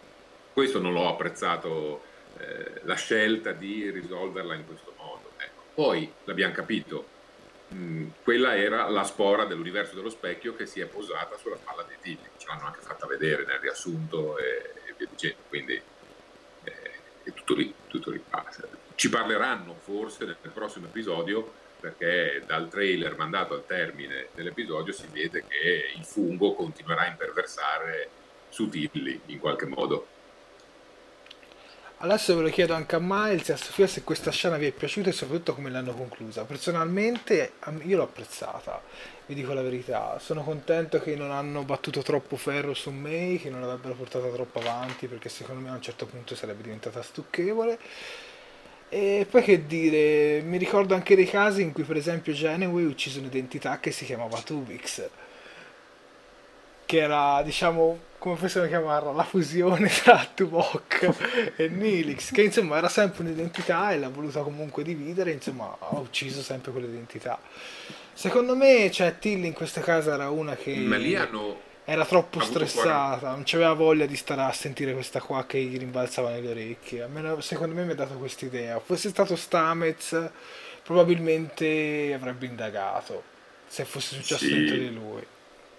Questo non l'ho apprezzato, la scelta di risolverla in questo modo, ecco. Poi l'abbiamo capito, quella era la spora dell'universo dello specchio che si è posata sulla palla dei Tilly, ce l'hanno anche fatta vedere nel riassunto e via dicendo, quindi è tutto lì, tutto lì. Ci parleranno forse nel prossimo episodio, perché dal trailer mandato al termine dell'episodio si vede che il fungo continuerà a imperversare su Tilly in qualche modo. Adesso ve lo chiedo anche a Miles e a Sofia se questa scena vi è piaciuta e soprattutto come l'hanno conclusa. Personalmente io l'ho apprezzata, vi dico la verità. Sono contento che non hanno battuto troppo ferro su May, che non l'avrebbero portata troppo avanti, perché secondo me a un certo punto sarebbe diventata stucchevole. E poi che dire, mi ricordo anche dei casi in cui per esempio Janeway uccise un'identità che si chiamava Tuvix, che era, diciamo, come possiamo chiamarla, la fusione tra Tuvok e Nilix, che insomma era sempre un'identità e l'ha voluta comunque dividere, insomma ha ucciso sempre quell'identità. Secondo me, cioè, Tilly in questo caso era una Ma lì che hanno era troppo avuto 40. stressata, non c'aveva voglia di stare a sentire questa qua che gli rimbalzava nelle orecchie. Secondo me mi ha dato questa idea. Fosse stato Stamez, probabilmente avrebbe indagato se fosse successo dentro di Sì, lui.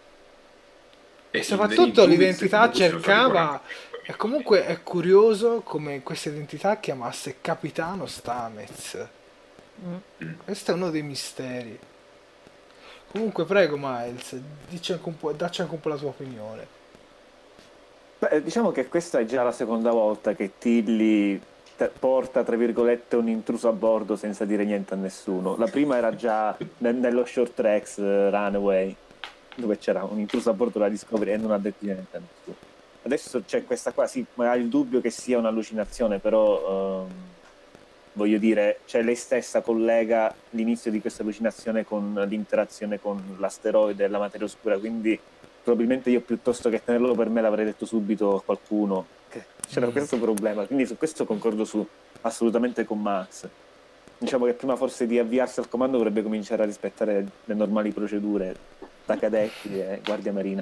e E in soprattutto Tuvix l'identità comunque ci sono stati cercava, 45 e minuti. comunque è curioso come questa identità chiamasse Capitano Stamez. Mm. Questo è uno dei misteri. Comunque prego Miles, dici anche un po', dacci anche un po' la tua opinione. Beh, diciamo che questa è già la seconda volta che Tilly porta, tra virgolette, un intruso a bordo senza dire niente a nessuno. La prima era già nello Short Tracks Runaway, dove c'era un intruso a bordo della Discovery e non ha detto niente a nessuno. Adesso c'è questa qua, sì, ma hai il dubbio che sia un'allucinazione, però voglio dire, cioè lei stessa collega l'inizio di questa allucinazione con l'interazione con l'asteroide e la materia oscura, quindi probabilmente io piuttosto che tenerlo per me l'avrei detto subito a qualcuno che c'era questo problema, quindi su questo concordo assolutamente con Max. Diciamo che prima forse di avviarsi al comando dovrebbe cominciare a rispettare le normali procedure da cadetti e guardia marina.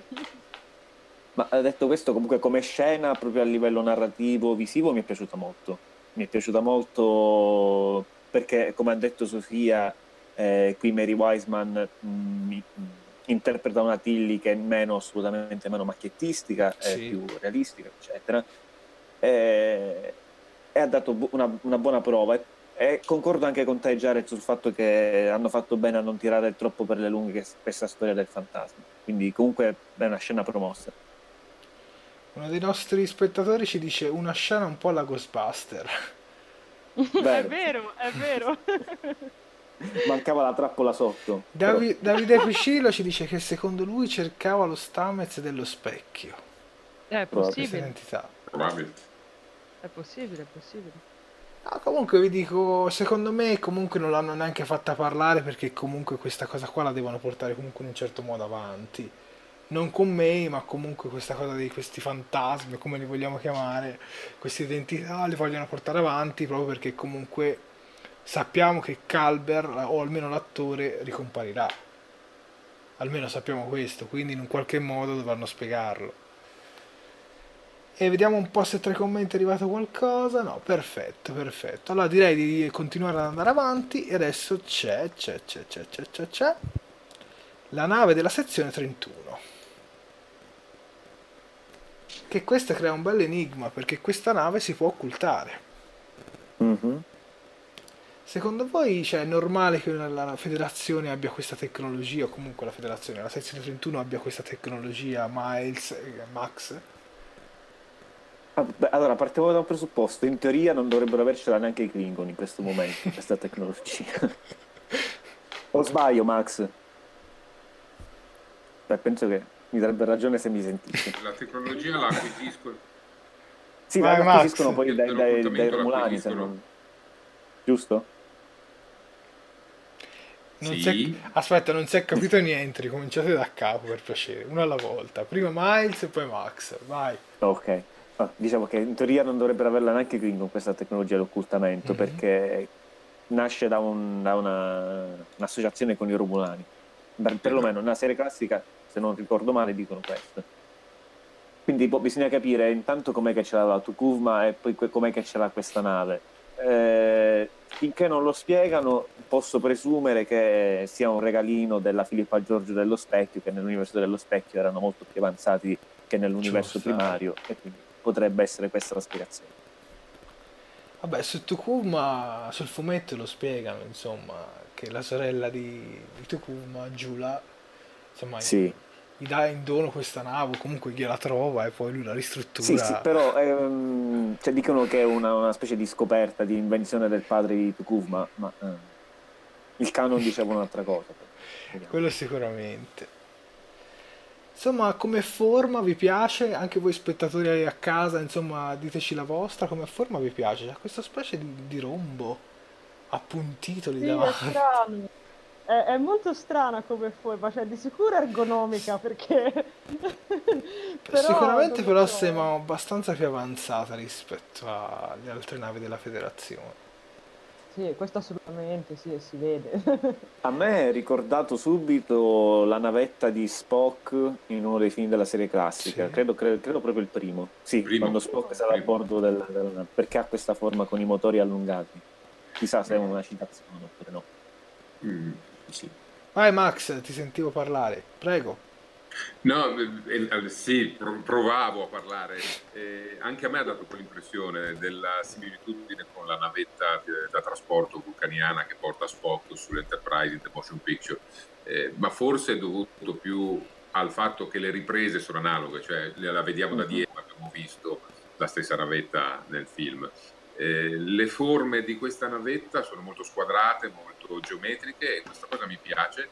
Ma detto questo, comunque come scena, proprio a livello narrativo, visivo, mi è piaciuta molto. Mi è piaciuta molto perché, come ha detto Sofia, qui Mary Wiseman interpreta una Tilly che è assolutamente meno macchiettistica, è Sì. più realistica, eccetera. E ha dato una buona prova. E concordo anche con te, Jared, sul fatto che hanno fatto bene a non tirare troppo per le lunghe questa storia del fantasma. Quindi comunque è una scena promossa. Uno dei nostri spettatori ci dice una scena un po' alla Ghostbuster. È vero, è vero. Mancava la trappola sotto. Davide Piscillo ci dice che secondo lui cercava lo Stamez dello specchio. È Questa possibile, identità. Probabile. è possibile, è possibile. Ah, comunque vi dico, secondo me comunque non l'hanno neanche fatta parlare perché comunque questa cosa qua la devono portare comunque in un certo modo avanti. Non con me, ma comunque questa cosa di questi fantasmi, come li vogliamo chiamare, queste identità le vogliono portare avanti proprio perché comunque sappiamo che Calber, o almeno l'attore, ricomparirà. Almeno sappiamo questo, quindi in un qualche modo dovranno spiegarlo. E vediamo un po' se tra i commenti è arrivato qualcosa. No, perfetto, perfetto. Allora direi di continuare ad andare avanti. E adesso c'è la nave della sezione 31. Che questa crea un bel enigma perché questa nave si può occultare. Mhm. Secondo voi, cioè, è normale che la federazione abbia questa tecnologia, o comunque la federazione, la sezione 31 abbia questa tecnologia, Miles e Max? Allora, partiamo da un presupposto. In teoria non dovrebbero avercela neanche i Klingon in questo momento, questa tecnologia. O sbaglio, Max? Beh, penso che mi darebbe ragione se mi sentisse. La tecnologia la acquisiscono. Sì, Vai, la Max. acquisiscono poi dai Dell'occultamento Romulani, se l'acquisiscono. non... Giusto? Sì. Aspetta, non si è capito niente, ricominciate da capo per piacere, uno alla volta. Prima Miles e poi Max, vai. Ok. Diciamo che in teoria non dovrebbero averla neanche i Klingon questa tecnologia dell'occultamento, perché nasce da un'associazione con i Romulani. Perlomeno nella serie classica, se non ricordo male, dicono questo. Quindi bisogna capire intanto com'è che ce l'ha Tukuvma e poi com'è che ce l'ha questa nave. finché non lo spiegano, posso presumere che sia un regalino della Filippa Giorgio dello Specchio, che nell'universo dello Specchio erano molto più avanzati che nell'universo Giusto. primario, e quindi potrebbe essere questa la spiegazione. Vabbè, su Tukuma, sul fumetto lo spiegano, insomma, che la sorella di Tukuma, Giula, insomma, Sì. gli dà in dono questa nave, comunque gliela trova e poi lui la Sì, ristruttura. però cioè, dicono che è una specie di scoperta, di invenzione del padre di Tukuma, ma il canon diceva un'altra cosa. Vediamo. Quello sicuramente. Insomma, come forma vi piace? Anche voi spettatori a casa, insomma, diteci la vostra, come forma vi piace? C'ha questa specie di rombo appuntito lì Sì, è davanti. strano. È molto strana come forma, cioè di sicuro ergonomica perché... però Sicuramente non lo però so. sembra abbastanza più avanzata rispetto alle altre navi della Federazione. Sì, questo assolutamente, sì, si vede. A me è ricordato subito la navetta di Spock in uno dei film della serie classica, Sì. credo proprio il primo. Sì, Primo. quando Spock sarà a bordo della nave, perché ha questa forma con i motori allungati. Chissà se è una citazione oppure no. Sì. Vai Max, ti sentivo parlare, prego. No, sì, provavo a parlare. Anche a me ha dato quell'impressione della similitudine con la navetta da trasporto vulcaniana che porta Spock sull'Enterprise in The Motion Picture, ma forse è dovuto più al fatto che le riprese sono analoghe, cioè la vediamo da dietro, abbiamo visto la stessa navetta nel film. Le forme di questa navetta sono molto squadrate, molto geometriche e questa cosa mi piace.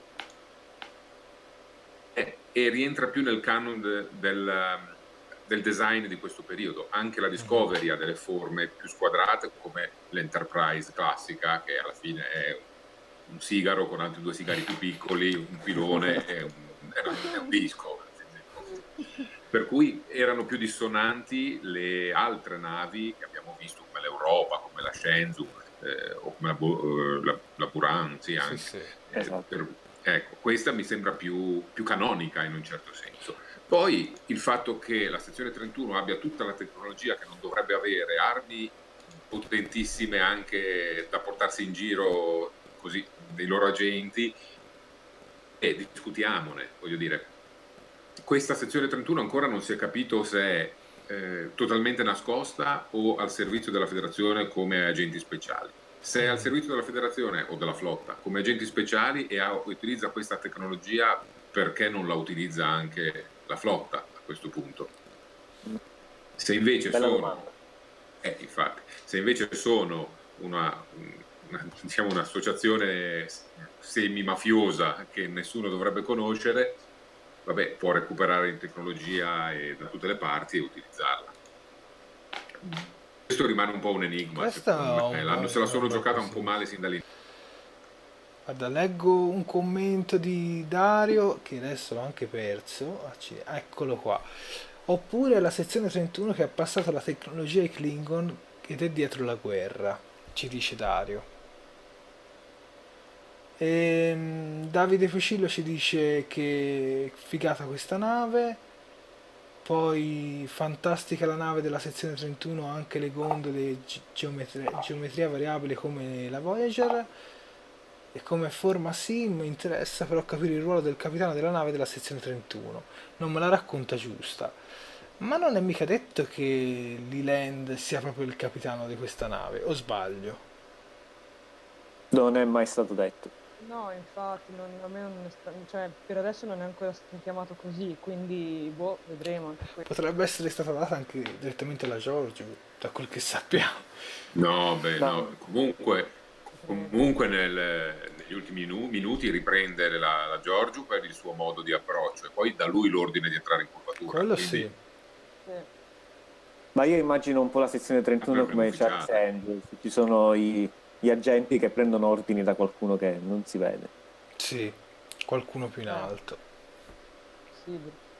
E rientra più nel canon del design di questo periodo. Anche la Discovery ha delle forme più squadrate, come l'Enterprise classica, che alla fine è un sigaro con altri 2 sigari più piccoli, un pilone e un disco. Per cui erano più dissonanti le altre navi che abbiamo visto, come l'Europa, come la Shenzhou, o come la Buran, sì, anche. Sì. Esatto. Ecco, questa mi sembra più canonica in un certo senso. Poi il fatto che la sezione 31 abbia tutta la tecnologia che non dovrebbe avere, armi potentissime anche da portarsi in giro così dei loro agenti, e discutiamone, voglio dire. Questa sezione 31 ancora non si è capito se è totalmente nascosta o al servizio della Federazione come agenti speciali. Se è al servizio della Federazione o della flotta come agenti speciali e utilizza questa tecnologia, perché non la utilizza anche la flotta a questo punto? Se invece Bella sono, domanda. infatti, se invece sono diciamo, un'associazione semi-mafiosa che nessuno dovrebbe conoscere, vabbè, può recuperare in tecnologia e da tutte le parti e utilizzarla. Questo rimane un po' un enigma, Questa secondo me. è Se la sono una giocata cosa un po' male sin dall'inizio. Guarda, leggo un commento di Dario che adesso l'ho anche perso. Eccolo qua. Oppure la sezione 31 che ha passato la tecnologia ai Klingon ed è dietro la guerra, ci dice Dario. Davide Fucillo ci dice che figata questa nave. Poi fantastica la nave della sezione 31, anche le gondole, geometria variabile come la Voyager. E come forma sì, mi interessa però capire il ruolo del capitano della nave della sezione 31. Non me la racconta giusta. Ma non è mica detto che Leland sia proprio il capitano di questa nave, o sbaglio? Non è mai stato detto. No, infatti, a me non è cioè, per adesso non è ancora stato chiamato così, quindi boh, vedremo anche questo. Potrebbe essere stata data anche direttamente alla Giorgio, da quel che sappiamo. No, beh, No. no. Comunque negli ultimi minuti riprende la Giorgio per il suo modo di approccio e poi da lui l'ordine di entrare in curvatura. Quello quindi sì. Sì. Ma io immagino un po' la sezione 31 Avrebbe come ufficiale. Charles Andrews. Ci sono gli agenti che prendono ordini da qualcuno che non si vede. Sì, qualcuno più in alto. Sì,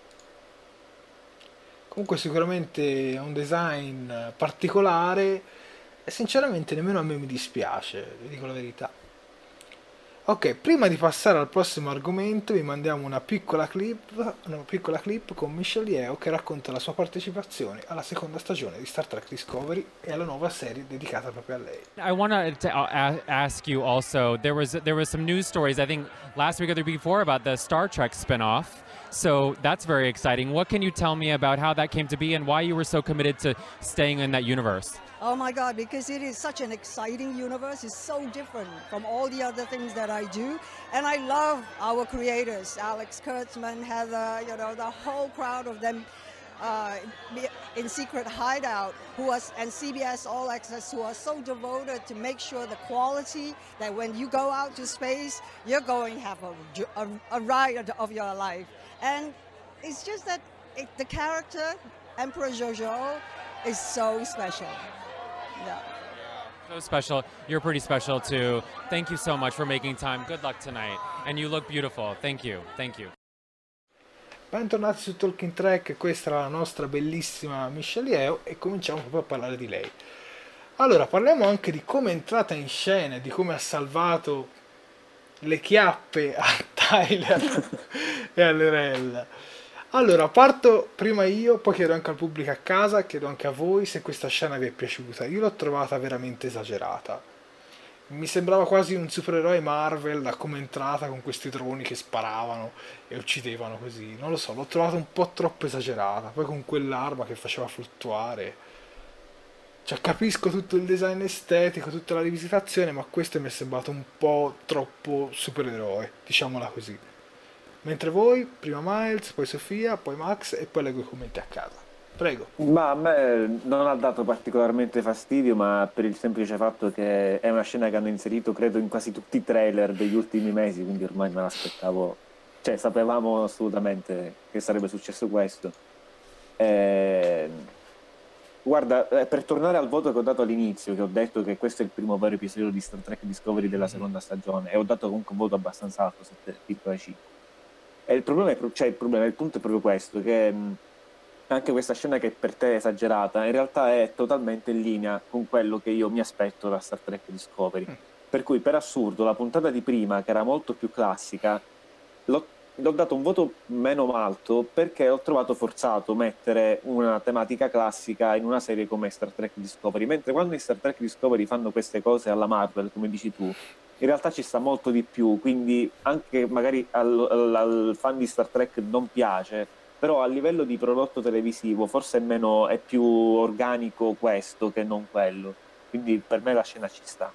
Comunque sicuramente è un design particolare e sinceramente nemmeno a me mi dispiace, vi dico la verità. Ok, prima di passare al prossimo argomento vi mandiamo una piccola clip con Michelle Yeoh che racconta la sua partecipazione alla seconda stagione di Star Trek Discovery e alla nuova serie dedicata proprio a lei. I want to ask you also. There was some news stories I think last week or the week before about the Star Trek spinoff. So that's very exciting. What can you tell me about how that came to be and why you were so committed to staying in that universe? Oh my God, because it is such an exciting universe. It's so different from all the other things that I do. And I love our creators, Alex Kurtzman, Heather, the whole crowd of them in Secret Hideout, and CBS All Access, who are so devoted to make sure the quality that when you go out to space, you're going to have a ride of your life. And it's just that the character, Emperor Jojo, is so special. Yeah. So special. You're pretty special too. Thank you so much for making time. Good luck tonight. And you look beautiful. Thank you. Thank you. Bentornati su Talking Track, questa è la nostra bellissima Michelle Yeoh e cominciamo proprio a parlare di lei. Allora, parliamo anche di come è entrata in scena e di come ha salvato le chiappe a Tyler e a Lerell. Allora, parto prima io, poi chiedo anche al pubblico a casa, chiedo anche a voi se questa scena vi è piaciuta. Io l'ho trovata veramente esagerata. Mi sembrava quasi un supereroe Marvel da come è entrata con questi droni che sparavano e uccidevano così. Non lo so, l'ho trovata un po' troppo esagerata. Poi con quell'arma che faceva fluttuare. Cioè, capisco tutto il design estetico, tutta la rivisitazione, ma questo mi è sembrato un po' troppo supereroe, diciamola così. Mentre voi, prima Miles, poi Sofia, poi Max e poi leggo i commenti a casa. Prego. Ma a me non ha dato particolarmente fastidio, ma per il semplice fatto che è una scena che hanno inserito, credo, in quasi tutti i trailer degli ultimi mesi, quindi ormai me l'aspettavo. Cioè, sapevamo assolutamente che sarebbe successo questo. Guarda, per tornare al voto che ho dato all'inizio, che ho detto che questo è il primo vero episodio di Star Trek Discovery della seconda stagione, e ho dato comunque un voto abbastanza alto, 7,5. E il punto è proprio questo, che anche questa scena che per te è esagerata, in realtà è totalmente in linea con quello che io mi aspetto da Star Trek Discovery. Per cui, per assurdo, la puntata di prima, che era molto più classica, l'ho dato un voto meno alto perché ho trovato forzato mettere una tematica classica in una serie come Star Trek Discovery, mentre quando in Star Trek Discovery fanno queste cose alla Marvel, come dici tu, in realtà ci sta molto di più, quindi anche magari al fan di Star Trek non piace, però a livello di prodotto televisivo forse è più organico questo che non quello, quindi per me la scena ci sta.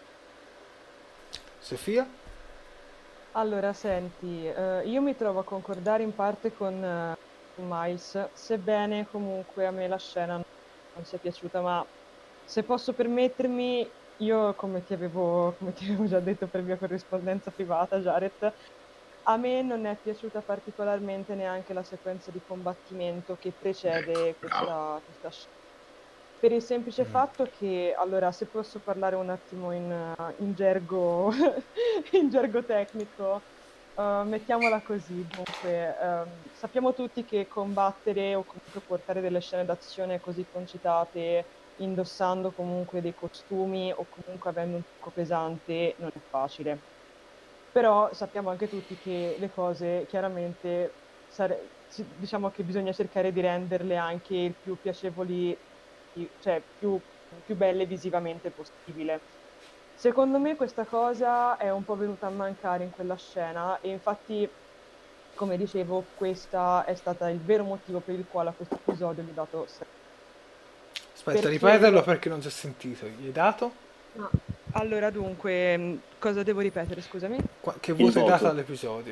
Sofia? Allora, senti, io mi trovo a concordare in parte con Miles, sebbene comunque a me la scena non sia piaciuta, ma se posso permettermi, io come ti avevo già detto per mia corrispondenza privata, Jared, a me non è piaciuta particolarmente neanche la sequenza di combattimento che precede questa scena. Per il semplice fatto che, allora, se posso parlare un attimo in gergo, in gergo tecnico, mettiamola così, dunque, sappiamo tutti che combattere o comunque portare delle scene d'azione così concitate, indossando comunque dei costumi o comunque avendo un trucco pesante, non è facile. Però sappiamo anche tutti che le cose chiaramente, diciamo che bisogna cercare di renderle anche il più piacevoli, cioè più belle visivamente possibile. Secondo me questa cosa è un po' venuta a mancare in quella scena e infatti, come dicevo, questo è stato il vero motivo per il quale a questo episodio gli ho dato 6. Aspetta, ripeterlo perché non si è sentito. Gli hai dato? No. Allora, dunque, cosa devo ripetere, scusami? Che voto hai dato all'episodio?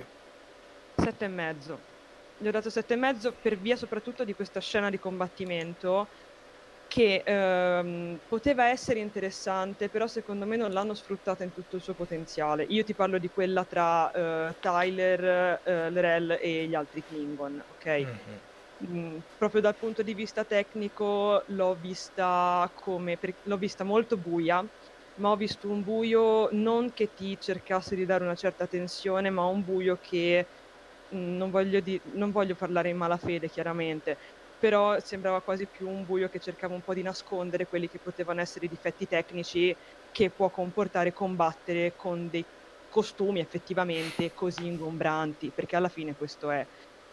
7,5. Gli ho dato 7,5 per via soprattutto di questa scena di combattimento che poteva essere interessante, però secondo me non l'hanno sfruttata in tutto il suo potenziale. Io ti parlo di quella tra Tyler, Lerell e gli altri Klingon, ok? Proprio dal punto di vista tecnico l'ho vista molto buia, ma ho visto un buio non che ti cercasse di dare una certa tensione, ma un buio che non voglio parlare in malafede chiaramente, però sembrava quasi più un buio che cercava un po' di nascondere quelli che potevano essere i difetti tecnici che può comportare combattere con costumi effettivamente così ingombranti, perché alla fine questo è.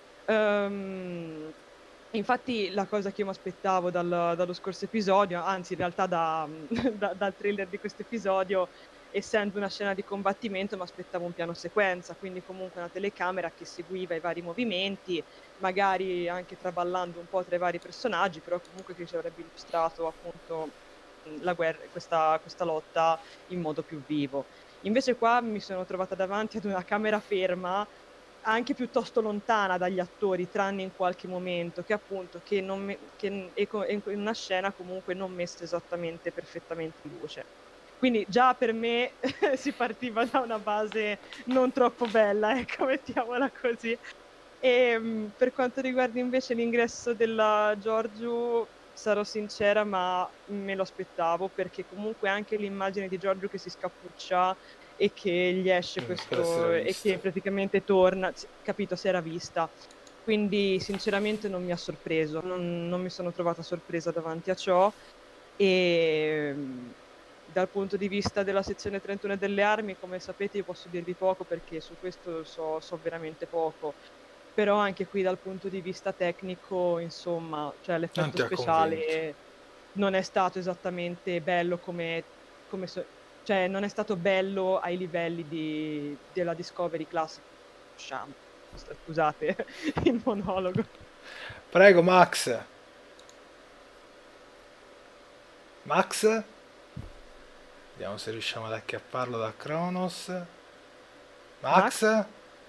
Infatti la cosa che io mi aspettavo dallo scorso episodio, anzi in realtà dal trailer di questo episodio, essendo una scena di combattimento, mi aspettavo un piano sequenza, quindi comunque una telecamera che seguiva i vari movimenti, magari anche traballando un po' tra i vari personaggi, però comunque che ci avrebbe illustrato appunto la guerra, questa lotta in modo più vivo. Invece qua mi sono trovata davanti ad una camera ferma, anche piuttosto lontana dagli attori, tranne in qualche momento, che appunto che in una scena comunque non messa esattamente perfettamente in luce. Quindi già per me si partiva da una base non troppo bella, ecco, mettiamola così. E per quanto riguarda invece l'ingresso della Giorgio, sarò sincera, ma me lo aspettavo, perché comunque anche l'immagine di Giorgio che si scappuccia e che gli esce questo e che praticamente torna, capito, si era vista. Quindi sinceramente non mi ha sorpreso, non mi sono trovata sorpresa davanti a ciò. E dal punto di vista della sezione 31 delle armi, come sapete, io posso dirvi poco perché su questo so veramente poco. Però anche qui dal punto di vista tecnico, insomma, cioè l'effetto speciale non è stato esattamente bello cioè non è stato bello ai livelli della Discovery Classic. Scusate il monologo. Prego, Max. Vediamo se riusciamo ad acchiapparlo da Kronos. Max?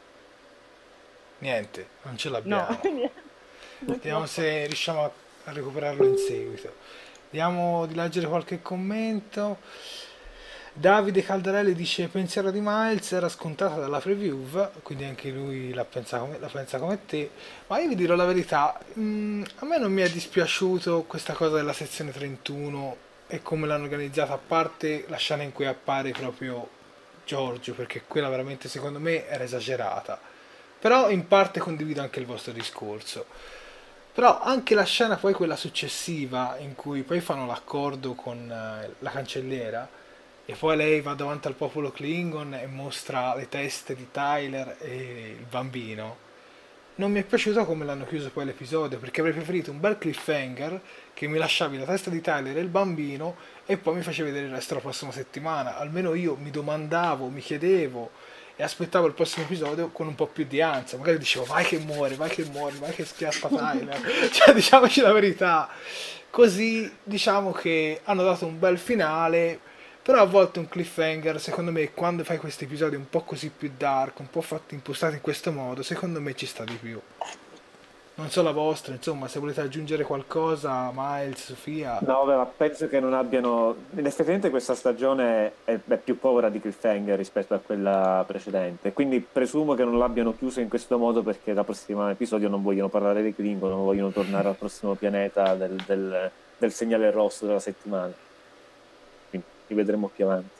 Niente, non ce l'abbiamo. No, niente. Vediamo se riusciamo a recuperarlo in seguito. Vediamo di leggere qualche commento. Davide Caldarelli dice: pensiero di Miles era scontata dalla preview, quindi anche lui la pensa come te. Ma io vi dirò la verità, a me non mi è dispiaciuto questa cosa della sezione 31 e come l'hanno organizzata, a parte la scena in cui appare proprio Giorgio, perché quella veramente secondo me era esagerata. Però in parte condivido anche il vostro discorso. Però anche la scena poi quella successiva, in cui poi fanno l'accordo con la cancelliera e poi lei va davanti al popolo Klingon e mostra le teste di Tyler e il bambino, non mi è piaciuto come l'hanno chiuso poi l'episodio, perché avrei preferito un bel cliffhanger che mi lasciavi la testa di Tyler e il bambino e poi mi facevi vedere il resto la prossima settimana. Almeno io mi domandavo, mi chiedevo e aspettavo il prossimo episodio con un po' più di ansia. Magari dicevo vai che muore, vai che schiatta Tyler. Cioè, diciamoci la verità. Così diciamo che hanno dato un bel finale. Però a volte un cliffhanger, secondo me, quando fai questi episodi un po' così più dark, un po' fatti impostati in questo modo, secondo me ci sta di più. Non so la vostra, insomma, se volete aggiungere qualcosa, Miles, Sofia. No, beh, ma penso che non abbiano. Effettivamente questa stagione è più povera di cliffhanger rispetto a quella precedente. Quindi presumo che non l'abbiano chiusa in questo modo perché dal prossimo episodio non vogliono parlare dei Klingon, non vogliono tornare al prossimo pianeta del segnale rosso della settimana. Li vedremo più avanti.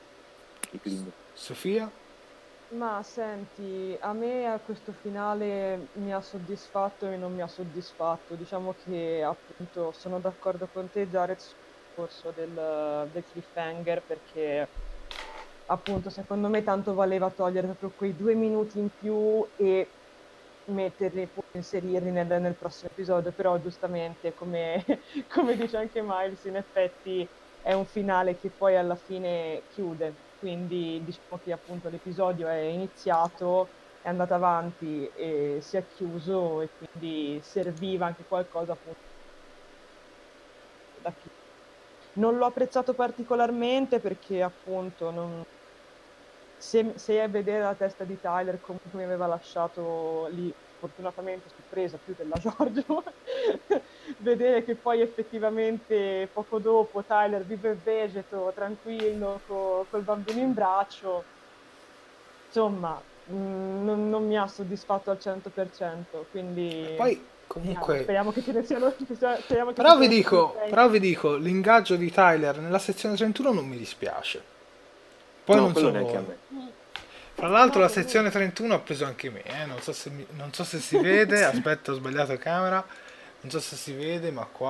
Sofia? Ma senti, a me a questo finale mi ha soddisfatto e non mi ha soddisfatto. Diciamo che appunto sono d'accordo con te, Jared, sul discorso del cliffhanger, perché appunto secondo me tanto valeva togliere proprio quei 2 minuti in più e metterli, poi inserirli nel prossimo episodio. Però giustamente, come dice anche Miles, in effetti è un finale che poi alla fine chiude, quindi diciamo che appunto l'episodio è iniziato, è andato avanti e si è chiuso, e quindi serviva anche qualcosa appunto da chiudere. Non l'ho apprezzato particolarmente perché appunto se a vedere la testa di Tyler comunque mi aveva lasciato lì fortunatamente sorpresa più della Giorgio. Vedere che poi effettivamente poco dopo Tyler vive e vegeto tranquillo col bambino in braccio, insomma non mi ha soddisfatto al 100%, quindi Poi comunque speriamo che ce ne siano. Però vi dico, l'ingaggio di Tyler nella sezione 31 non mi dispiace. Poi non so neanche a voi. me. Fra l'altro la sezione 31 ha preso anche me, non so se si vede, aspetta, ho sbagliato camera, non so se si vede, ma qua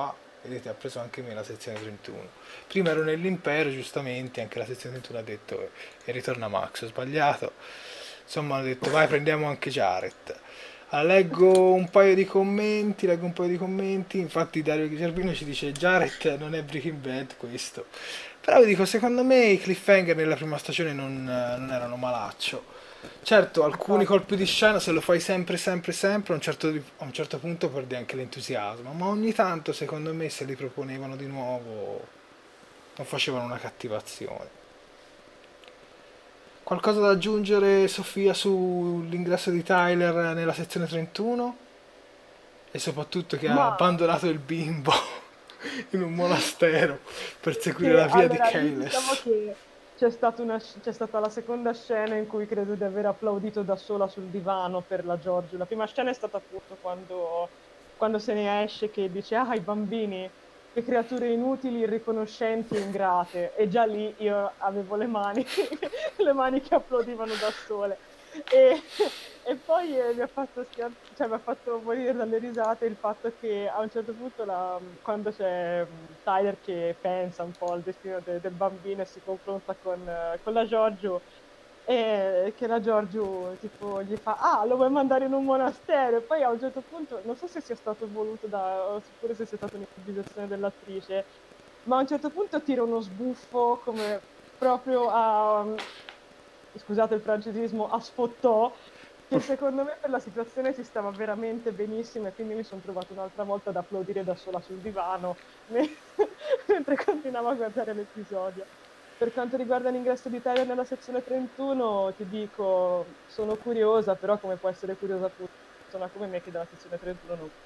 vedete, ha preso anche me la sezione 31. Prima ero nell'impero, giustamente, anche la sezione 31 ha detto e ritorna Max, ho sbagliato. Insomma, hanno detto vai, prendiamo anche Jared. Allora, leggo un paio di commenti, infatti Dario Gervino ci dice Jared non è Breaking Bad questo. Però vi dico, secondo me i cliffhanger nella prima stagione non erano malaccio. Certo, alcuni colpi di scena, se lo fai sempre, a un certo punto perdi anche l'entusiasmo, ma ogni tanto, secondo me, se li proponevano di nuovo, non facevano una cattivazione. Qualcosa da aggiungere, Sofia, sull'ingresso di Tyler nella sezione 31? E soprattutto che ha Ma abbandonato il bimbo in un monastero per seguire Sì, la via di allora, Keyles. diciamo che c'è stata la seconda scena in cui credo di aver applaudito da sola sul divano per la Giorgio. La prima scena è stata appunto quando se ne esce che dice i bambini, che creature inutili, irriconoscenti e ingrate. E già lì io avevo le mani, le mani che applaudivano da sole. E, e poi mi ha fatto mi ha fatto morire dalle risate il fatto che a un certo punto quando c'è Tyler che pensa un po' al destino del bambino e si confronta con la Giorgio, e che la Giorgio tipo gli fa lo vuoi mandare in un monastero, e poi a un certo punto non so se sia stato voluto oppure se sia stata un'improvvisazione dell'attrice, ma a un certo punto tira uno sbuffo come proprio scusate il francesismo, a sfottò, che secondo me per la situazione ci stava veramente benissimo, e quindi mi sono trovata un'altra volta ad applaudire da sola sul divano mentre continuavo a guardare l'episodio. Per quanto riguarda l'ingresso di Tyler nella sezione 31, ti dico, sono curiosa, però come può essere curiosa una persona come me che dalla sezione 31 non...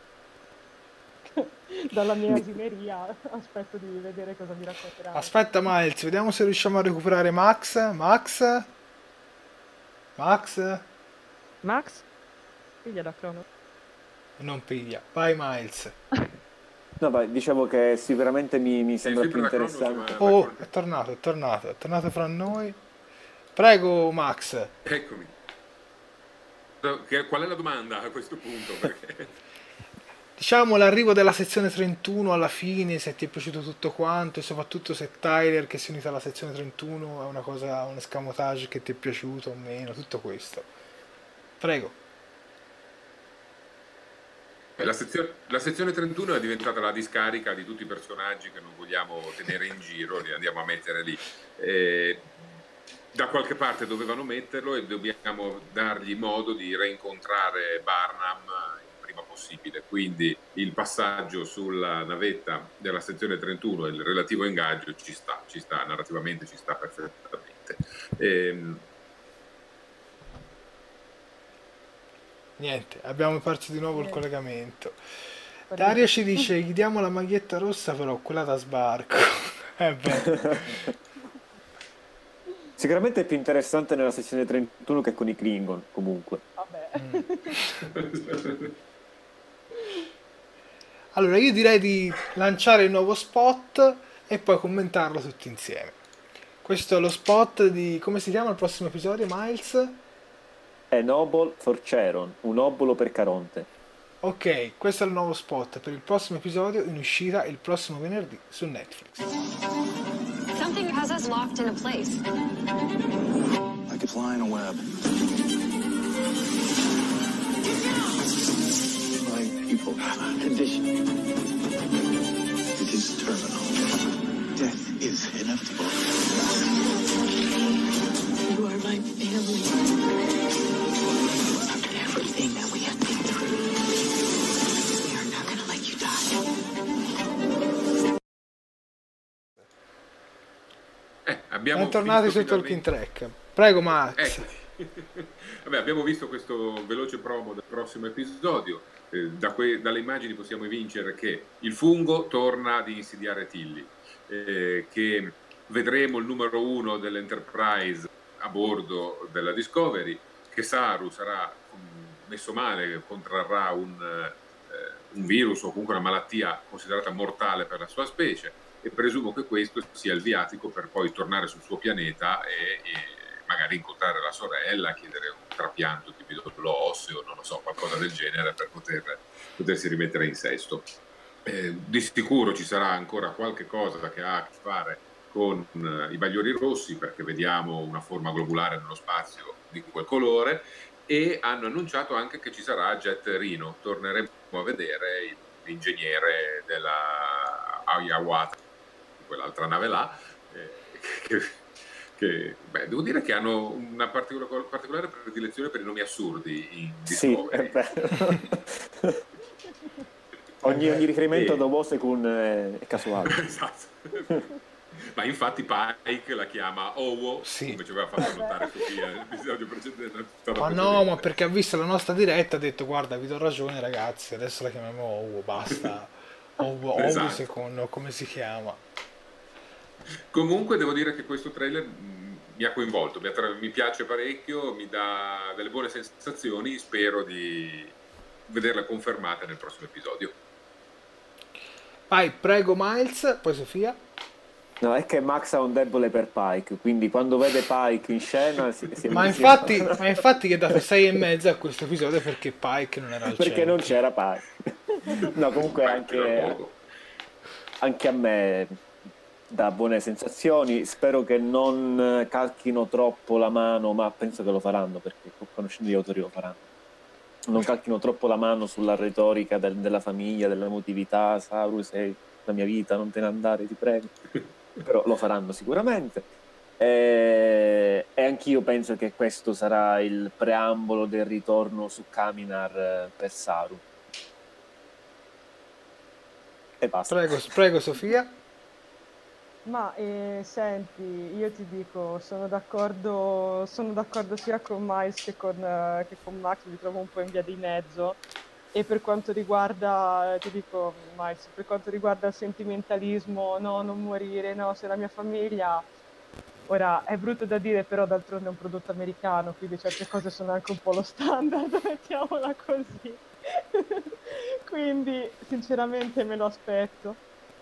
dalla mia asimeria aspetto di vedere cosa mi racconteranno. Aspetta Miles, vediamo se riusciamo a recuperare Max. Max? Piglia da crono. Non piglia. Vai Miles. No, beh, dicevo che sicuramente mi sembra più sempre da interessante. crono, Oh, è tornato fra noi. Prego Max. Eccomi. Qual è la domanda a questo punto? Perché... Diciamo l'arrivo della sezione 31 alla fine, se ti è piaciuto tutto quanto, e soprattutto se Tyler che si è unita alla sezione 31 è una cosa, un escamotage che ti è piaciuto o meno, tutto questo. Prego. La sezione 31 è diventata la discarica di tutti i personaggi che non vogliamo tenere in giro, li andiamo a mettere lì. Da qualche parte dovevano metterlo e dobbiamo dargli modo di reincontrare Barnum il prima possibile. Quindi il passaggio sulla navetta della sezione 31 e il relativo ingaggio ci sta, narrativamente ci sta perfettamente. Niente, abbiamo perso di nuovo il collegamento. Dario ci dice gli diamo la maglietta rossa, però quella da sbarco. Sicuramente è più interessante nella sezione 31 che con i Klingon, comunque. Vabbè. Allora io direi di lanciare il nuovo spot e poi commentarlo tutti insieme. Questo è lo spot di... come si chiama il prossimo episodio, Miles? È Noble for Charon, un obolo per Caronte. Ok, questo è il nuovo spot per il prossimo episodio, in uscita il prossimo venerdì su Netflix. Something has us locked in a place. Like a fly in a web. My people have a condition. It is terminal. Death is inevitable. You are my family. After everything that we have been through, we are not gonna let you die. Bentornati su Talking Track. Prego Max. Vabbè, abbiamo visto questo veloce promo del prossimo episodio. Dalle immagini possiamo evincere che il fungo torna ad insidiare Tilly, che vedremo il numero 1 dell'Enterprise a bordo della Discovery, che Saru sarà messo male, contrarrà un virus o comunque una malattia considerata mortale per la sua specie, e presumo che questo sia il viatico per poi tornare sul suo pianeta e magari incontrare la sorella, chiedere un trapianto di midollo osseo, non lo so, qualcosa del genere per potersi rimettere in sesto. Di sicuro ci sarà ancora qualche cosa che ha a che fare con i bagliori rossi, perché vediamo una forma globulare nello spazio di quel colore, e hanno annunciato anche che ci sarà Jet Reno. Torneremo a vedere l'ingegnere della Hiawatha, quell'altra nave là, che devo dire che hanno una particolare predilezione per i nomi assurdi in Discovery. Sì, è vero. Ogni riferimento a Dovosecun è casuale. Esatto. Ma infatti Pike la chiama Owo, come ci aveva fatto notare Sofia nell'episodio precedente. Ma no, ma perché ha visto la nostra diretta, ha detto guarda, vi do ragione ragazzi, adesso la chiamiamo Owo, basta. Owo Esatto. secondo come si chiama. Comunque devo dire che questo trailer mi ha coinvolto, mi piace parecchio, mi dà delle buone sensazioni, spero di vederla confermata nel prossimo episodio. Vai, prego Miles, poi Sofia. No, è che Max ha un debole per Pike, quindi quando vede Pike in scena ma infatti gli ha dato 6,5 a questo episodio perché Pike non era al perché centro. non c'era Pike. No, comunque anche a me dà buone sensazioni, spero che non calchino troppo la mano, ma penso che lo faranno, perché conoscendo gli autori lo faranno. Non calchino troppo la mano sulla retorica della famiglia, dell'emotività. Saru, sei la mia vita, non te ne andare, ti prego. Però lo faranno sicuramente. E anch'io penso che questo sarà il preambolo del ritorno su Kaminar per Saru. E basta. Prego Sofia. Ma senti, io ti dico, sono d'accordo sia con Miles che con Max, mi trovo un po' in via di mezzo. E per quanto riguarda, ti dico Miles, per quanto riguarda il sentimentalismo, no, non morire, no, se la mia famiglia, ora è brutto da dire, però d'altronde è un prodotto americano, quindi certe cose sono anche un po' lo standard, mettiamola così. Quindi sinceramente me lo aspetto.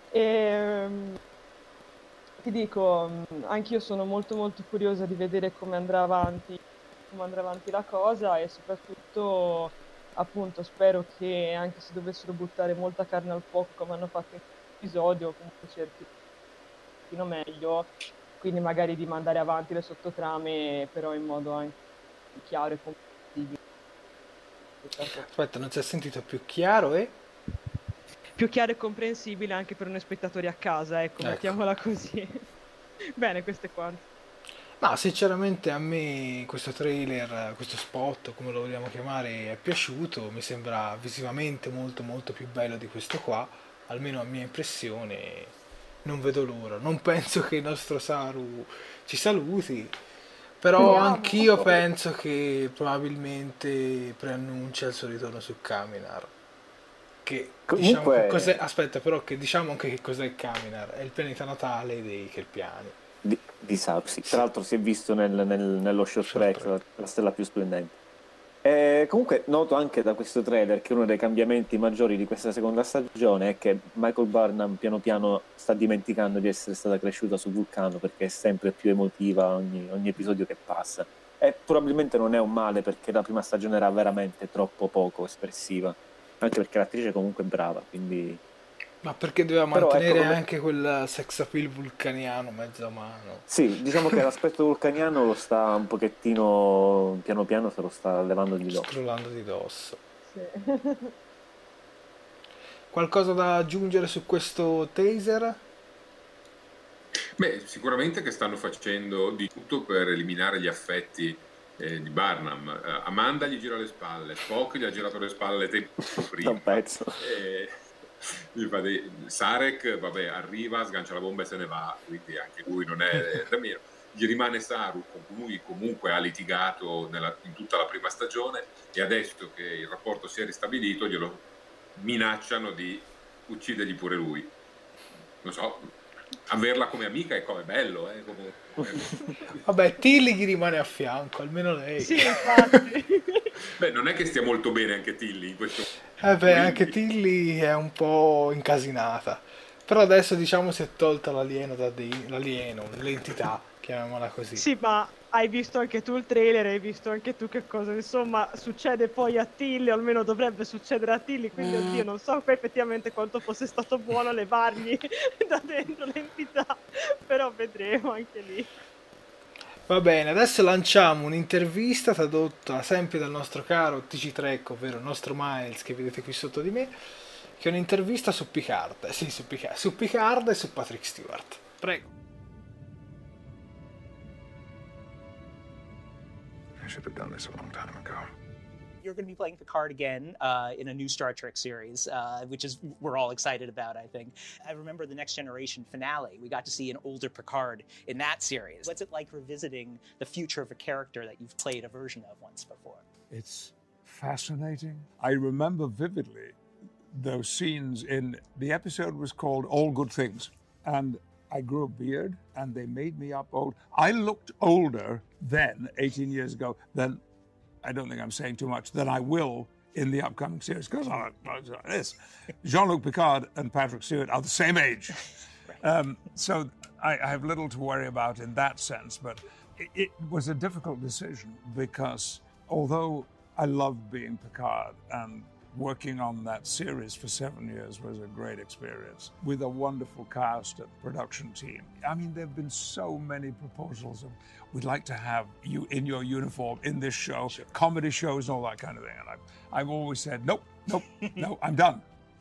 Ti dico, anch'io sono molto molto curiosa di vedere come andrà avanti la cosa, e soprattutto appunto spero che, anche se dovessero buttare molta carne al fuoco come hanno fatto in questo episodio, comunque cerchino meglio, quindi magari di mandare avanti le sottotrame però in modo anche chiaro e comprensibile. Aspetta, non si è sentito più chiaro più chiaro e comprensibile anche per noi spettatori a casa, ecco. Mettiamola così. Bene, questo è quanto. Ma sinceramente a me questo trailer, questo spot, come lo vogliamo chiamare, è piaciuto, mi sembra visivamente molto molto più bello di questo qua, almeno a mia impressione, non vedo l'ora, non penso che il nostro Saru ci saluti, però anch'io penso che probabilmente preannuncia il suo ritorno su Kaminar. Che comunque... diciamo, aspetta, però che diciamo anche che cos'è Kaminar, è il pianeta natale dei Kelpiani. Di Saru, sì. Tra l'altro si è visto nello short track la stella più splendente. Comunque noto anche da questo trailer che uno dei cambiamenti maggiori di questa seconda stagione è che Michael Burnham piano piano sta dimenticando di essere stata cresciuta su Vulcano, perché è sempre più emotiva ogni episodio che passa, e probabilmente non è un male, perché la prima stagione era veramente troppo poco espressiva, anche perché l'attrice comunque è brava, quindi... Ma perché doveva mantenere anche quel sex appeal vulcaniano mezzo a mano? Sì, diciamo che l'aspetto vulcaniano lo sta un pochettino, piano piano se lo sta levando di dosso. Scrollando di dosso. Sì. Qualcosa da aggiungere su questo teaser? Beh, sicuramente che stanno facendo di tutto per eliminare gli affetti di Burnham. Amanda gli gira le spalle, Spock gli ha girato le spalle tempo prima. Un pezzo. Sarek, vabbè, arriva, sgancia la bomba e se ne va, quindi anche lui non è da meno. Gli rimane Saru, con cui comunque ha litigato in tutta la prima stagione, e adesso che il rapporto si è ristabilito glielo minacciano di uccidergli pure lui. Non so, averla come amica è come bello, Vabbè, Tilly gli rimane a fianco, almeno lei. Sì, infatti. Beh, non è che stia molto bene anche Tilly in questo anche Tilly è un po' incasinata, Però adesso diciamo si è tolta l'alieno l'alieno, l'entità, chiamiamola così. Sì, ma hai visto anche tu il trailer, hai visto anche tu che cosa, insomma, succede poi a Tilly, o almeno dovrebbe succedere a Tilly, quindi oddio, non so effettivamente quanto fosse stato buono levargli da dentro l'entità, però vedremo anche lì. Va bene, adesso lanciamo un'intervista tradotta sempre dal nostro caro TG Trek, ovvero il nostro Miles che vedete qui sotto di me, che è un'intervista su Picard, sì, su Picard e su Patrick Stewart. Prego. I should have done this a long time ago. You're going to be playing Picard again in a new Star Trek series, which is we're all excited about, I think. I remember the Next Generation finale. We got to see an older Picard in that series. What's it like revisiting the future of a character that you've played a version of once before? It's fascinating. I remember vividly those scenes in the episode was called All Good Things. And I grew a beard and they made me up old. I looked older then, 18 years ago, than I don't think I'm saying too much, than I will in the upcoming series, because this. Jean-Luc Picard and Patrick Stewart are the same age. So I have little to worry about in that sense, but it was a difficult decision because although I loved being Picard and working on that series for 7 years was a great experience with a wonderful cast and production team. I mean, there have been so many proposals of, we'd like to have you in your uniform in this show, comedy shows and all that kind of thing. And I've always said, nope, no, I'm done.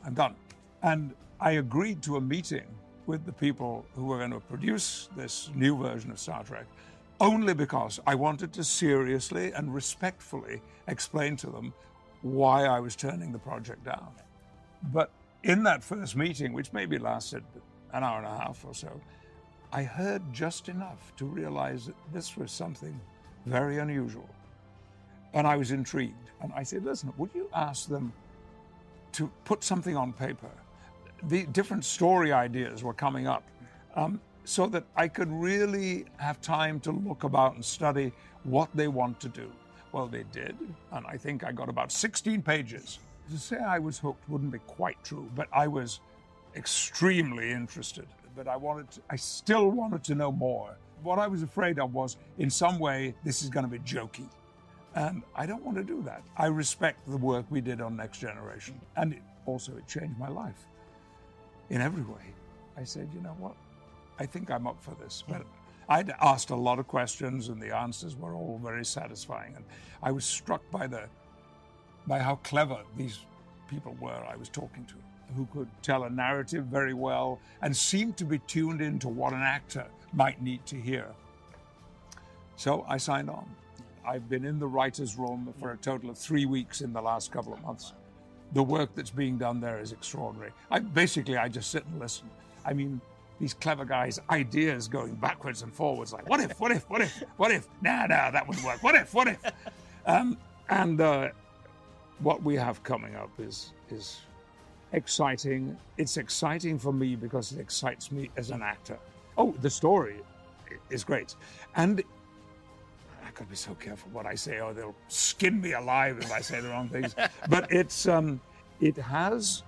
And I agreed to a meeting with the people who were going to produce this new version of Star Trek only because I wanted to seriously and respectfully explain to them why I was turning the project down. But in that first meeting, which maybe lasted an hour and a half or so, I heard just enough to realize that this was something very unusual. And I was intrigued. And I said, listen, would you ask them to put something on paper? The different story ideas were coming up so that I could really have time to look about and study what they want to do. Well, they did, and I think I got about 16 pages. To say I was hooked wouldn't be quite true, but I was extremely interested. But I still wanted to know more. What I was afraid of was, in some way, this is going to be jokey. And I don't want to do that. I respect the work we did on Next Generation. And it changed my life in every way. I said, you know what? I think I'm up for this. But I'd asked a lot of questions and the answers were all very satisfying. And I was struck by how clever these people were I was talking to, who could tell a narrative very well and seemed to be tuned into what an actor might need to hear. So I signed on. I've been in the writer's room for a total of 3 weeks in the last couple of months. The work that's being done there is extraordinary. I just sit and listen. I mean, these clever guys' ideas going backwards and forwards, like, what if? Nah, that wouldn't work. What if? What we have coming up is exciting. It's exciting for me because it excites me as an actor. Oh, the story is great. And I could be so careful what I say, or they'll skin me alive if I say the wrong things. But it has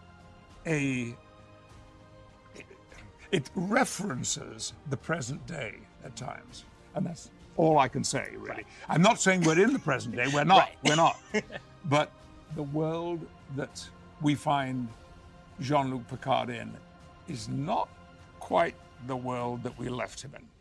it references the present day at times. And that's all I can say, really. Right. I'm not saying we're in the present day. We're not. Right. We're not. But the world that we find Jean-Luc Picard in is not quite the world that we left him in.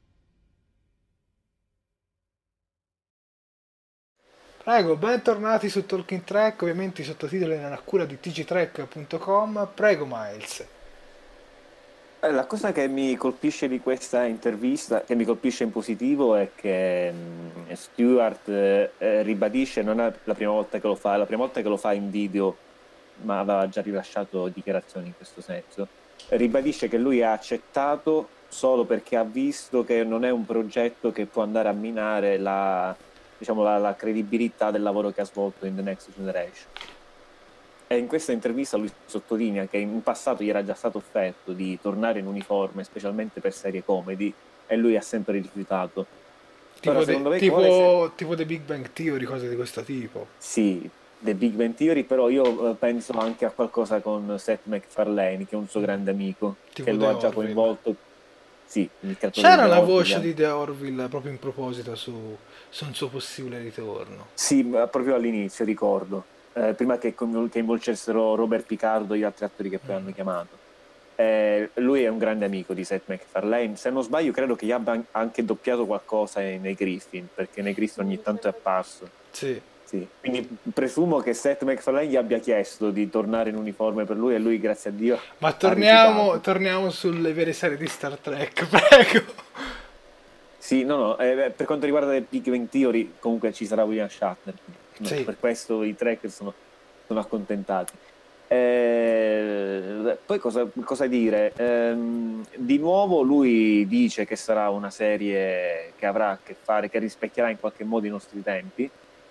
Prego, bentornati su Talking Trek, ovviamente i sottotitoli nella cura di tgtrek.com. Prego Miles. La cosa che mi colpisce di questa intervista, che mi colpisce in positivo, è che Stewart ribadisce, non è la prima volta che lo fa, è la prima volta che lo fa in video, ma aveva già rilasciato dichiarazioni in questo senso. Ribadisce che lui ha accettato solo perché ha visto che non è un progetto che può andare a minare la credibilità del lavoro che ha svolto in The Next Generation. E in questa intervista lui sottolinea che in passato gli era già stato offerto di tornare in uniforme, specialmente per serie comedy, e lui ha sempre rifiutato. Tipo The Big Bang Theory, cose di questo tipo. Sì, The Big Bang Theory, però io penso anche a qualcosa con Seth MacFarlane, che è un suo grande amico, Tipo che lo The ha già Orville. coinvolto. Sì, il creatore C'era di The una Orville. voce di The Orville proprio in proposito su un suo possibile ritorno. Sì, ma proprio all'inizio, ricordo. Prima che coinvolgessero Robert Picardo e gli altri attori che poi hanno chiamato. Lui è un grande amico di Seth MacFarlane. Se non sbaglio, credo che gli abbia anche doppiato qualcosa nei Griffin, perché nei Griffin ogni tanto è apparso. Sì. Sì. Quindi presumo che Seth MacFarlane gli abbia chiesto di tornare in uniforme per lui e lui, grazie a Dio, Ma ha rifiutato. torniamo sulle vere serie di Star Trek, prego. Sì, no, per quanto riguarda The Big Bang Theory, comunque ci sarà William Shatner. Sì. Per questo i tracker sono accontentati. Poi cosa dire? Di nuovo lui dice che sarà una serie che avrà a che fare, che rispecchierà in qualche modo i nostri tempi.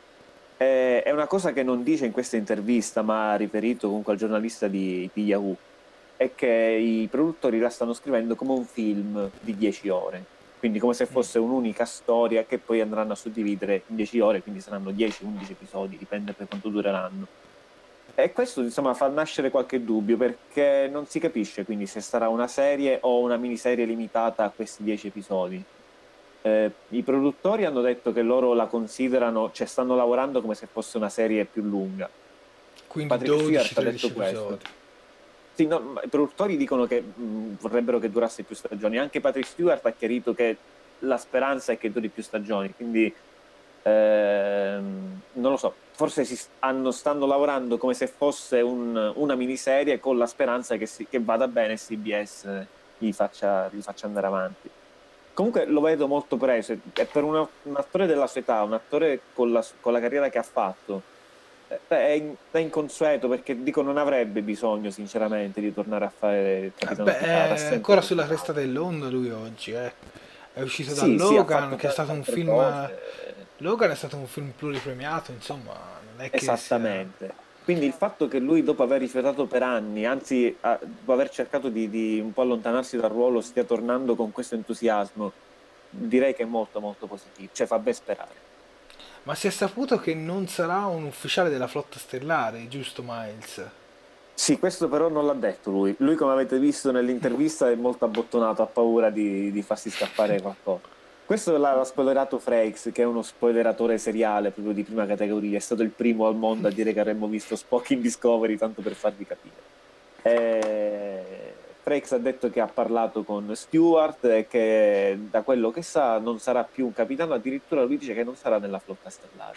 È una cosa che non dice in questa intervista, ma ha riferito comunque al giornalista di Yahoo, è che i produttori la stanno scrivendo come un film di 10 ore, quindi come se fosse un'unica storia che poi andranno a suddividere in 10 ore, quindi saranno 10-11 episodi, dipende per quanto dureranno. E questo insomma fa nascere qualche dubbio, perché non si capisce quindi se sarà una serie o una miniserie limitata a questi 10 episodi. I produttori hanno detto che loro la considerano, cioè stanno lavorando come se fosse una serie più lunga. Quindi Patrick Stewart ha 12-13 detto questo. episodi. Sì, no, ma i produttori dicono che vorrebbero che durasse più stagioni. Anche Patrick Stewart ha chiarito che la speranza è che duri più stagioni, quindi non lo so, forse stanno lavorando come se fosse una miniserie, con la speranza che vada bene e CBS li faccia andare avanti. Comunque lo vedo molto preso, e per un attore della sua età, un attore con la carriera che ha fatto, è inconsueto, perché dico non avrebbe bisogno sinceramente di tornare a fare il Capitano Picard. È ancora sulla cresta dell'onda lui oggi, È uscito da Sì, sì, ha Logan, fatto che è stato un altre film... cose. Logan è stato un film pluripremiato, insomma, non è che Esattamente. Quindi il fatto che lui, dopo aver rifiutato per anni, anzi dopo aver cercato di un po' allontanarsi dal ruolo, stia tornando con questo entusiasmo, direi che è molto molto positivo, cioè fa ben sperare. Ma si è saputo che non sarà un ufficiale della flotta stellare, giusto Miles? Sì, questo però non l'ha detto lui. Lui, come avete visto nell'intervista, è molto abbottonato, ha paura di farsi scappare qualcosa. Questo l'ha spoilerato Frakes, che è uno spoileratore seriale proprio di prima categoria. È stato il primo al mondo a dire che avremmo visto Spock in Discovery, tanto per farvi capire. Frakes ha detto che ha parlato con Stewart e che da quello che sa non sarà più un capitano, addirittura lui dice che non sarà nella flotta stellare.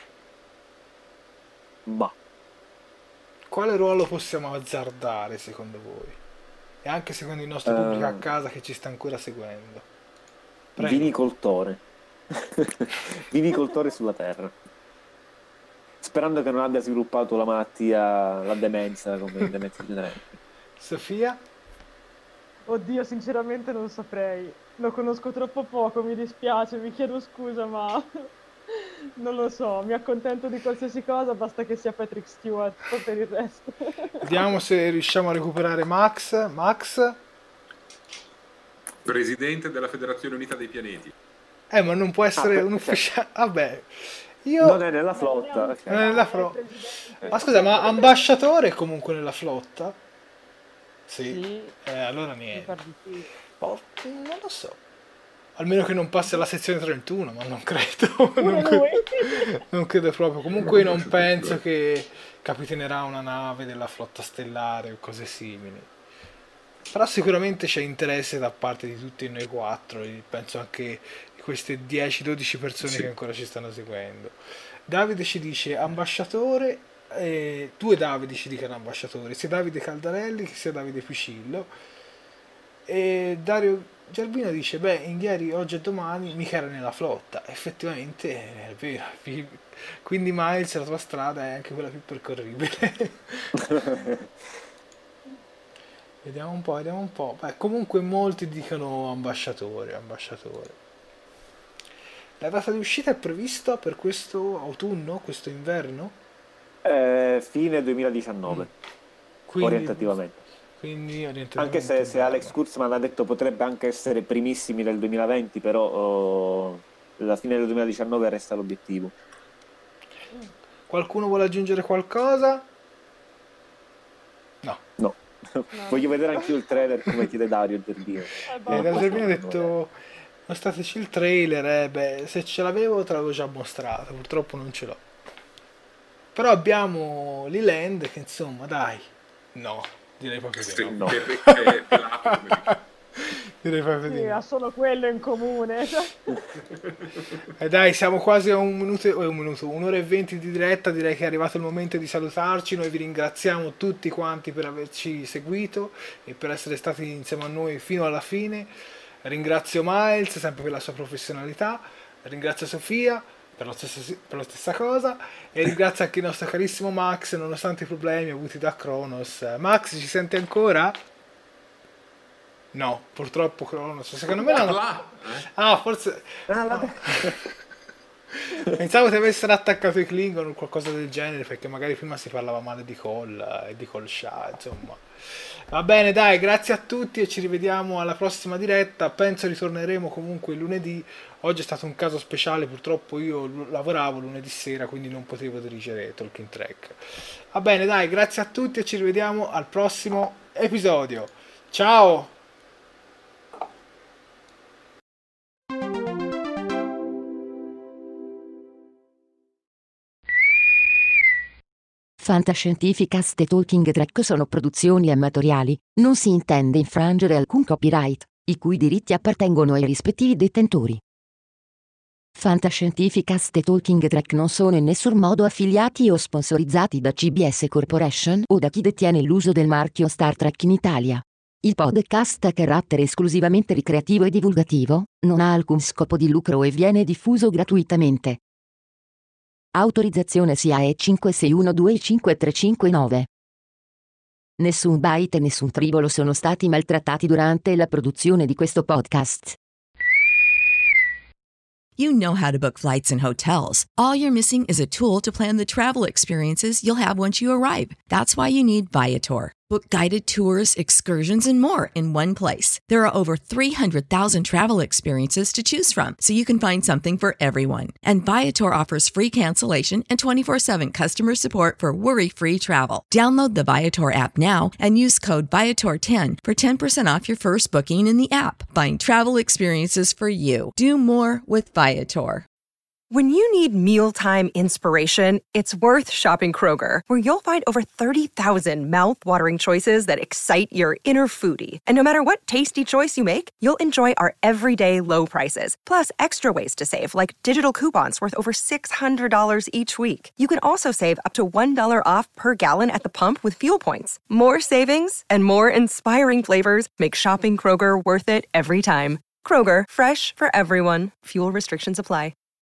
Ma Quale ruolo possiamo azzardare secondo voi? E anche secondo il nostro pubblico a casa che ci sta ancora seguendo? Prego. Vinicoltore. Vinicoltore sulla Terra. Sperando che non abbia sviluppato la malattia, la demenza come in demenza generale. Sofia? Oddio, sinceramente non saprei. Lo conosco troppo poco, mi dispiace, mi chiedo scusa, ma non lo so. Mi accontento di qualsiasi cosa, basta che sia Patrick Stewart, poi per il resto. Vediamo se riusciamo a recuperare Max. Max? Presidente della Federazione Unita dei Pianeti. Ma non può essere un ufficiale. Vabbè, io. Non è nella flotta. Non è nella Ma scusa, ma ambasciatore è comunque nella flotta? Sì. Allora niente. Non lo so. Almeno che non passi alla sezione 31, ma non credo. Non credo proprio. Comunque non penso che capitinerà una nave della flotta stellare o cose simili. Però sicuramente c'è interesse da parte di tutti noi quattro, e penso anche di queste 10-12 persone che ancora ci stanno seguendo. Davide ci dice ambasciatore, 2 Davide ci dicono ambasciatore, sia Davide Caldarelli che sia Davide Picillo, e Dario Giarbino dice ieri, oggi e domani mica era nella flotta. Effettivamente è vero, quindi Miles, la tua strada è anche quella più percorribile. Vediamo un po'. Comunque molti dicono ambasciatore. La data di uscita è prevista per questo autunno, questo inverno? Fine 2019, orientativamente. Anche se Alex Kurtzman ha detto potrebbe anche essere primissimi del 2020, però la fine del 2019 resta l'obiettivo. Qualcuno vuole aggiungere qualcosa? No. Voglio vedere anche io il trailer, come chiede Dario Zerbino. Dario Zerbino ha detto mostateci il trailer, se ce l'avevo te l'avevo già mostrato, purtroppo non ce l'ho. Però abbiamo Leland che insomma dai, no, direi proprio che no. Direi proprio di no. Ha solo quello in comune. Dai, siamo quasi a un'ora e 20 di diretta, direi che è arrivato il momento di salutarci. Noi vi ringraziamo tutti quanti per averci seguito e per essere stati insieme a noi fino alla fine. Ringrazio Miles sempre per la sua professionalità, ringrazio Sofia per la stessa cosa e ringrazio anche il nostro carissimo Max nonostante i problemi avuti da Kronos. Max, ci senti ancora? No, purtroppo Kronos. Secondo me forse... Pensavo che avessero attaccato i Klingon o qualcosa del genere, perché magari prima si parlava male di Cole e di Cole Shah, insomma. Va bene, dai, grazie a tutti e ci rivediamo alla prossima diretta. Penso ritorneremo comunque lunedì. Oggi è stato un caso speciale, purtroppo io lavoravo lunedì sera, quindi non potevo dirigere Talking Track. Va bene, dai, grazie a tutti e ci rivediamo al prossimo episodio. Ciao! Fantascientificast e Talking Track sono produzioni amatoriali, non si intende infrangere alcun copyright, i cui diritti appartengono ai rispettivi detentori. Fantascientificast e Talking Track non sono in nessun modo affiliati o sponsorizzati da CBS Corporation o da chi detiene l'uso del marchio Star Trek in Italia. Il podcast ha carattere esclusivamente ricreativo e divulgativo, non ha alcun scopo di lucro e viene diffuso gratuitamente. Autorizzazione SIAE 56125359. Nessun byte e nessun tribolo sono stati maltrattati durante la produzione di questo podcast. You know how to book flights and hotels. All you're missing is a tool to plan the travel experiences you'll have once you arrive. That's why you need Viator. Book guided tours, excursions, and more in one place. There are over 300,000 travel experiences to choose from, so you can find something for everyone. And Viator offers free cancellation and 24/7 customer support for worry-free travel. Download the Viator app now and use code Viator10 for 10% off your first booking in the app. Find travel experiences for you. Do more with Viator. When you need mealtime inspiration, it's worth shopping Kroger, where you'll find over 30,000 mouth-watering choices that excite your inner foodie. And no matter what tasty choice you make, you'll enjoy our everyday low prices, plus extra ways to save, like digital coupons worth over $600 each week. You can also save up to $1 off per gallon at the pump with fuel points. More savings and more inspiring flavors make shopping Kroger worth it every time. Kroger, fresh for everyone. Fuel restrictions apply.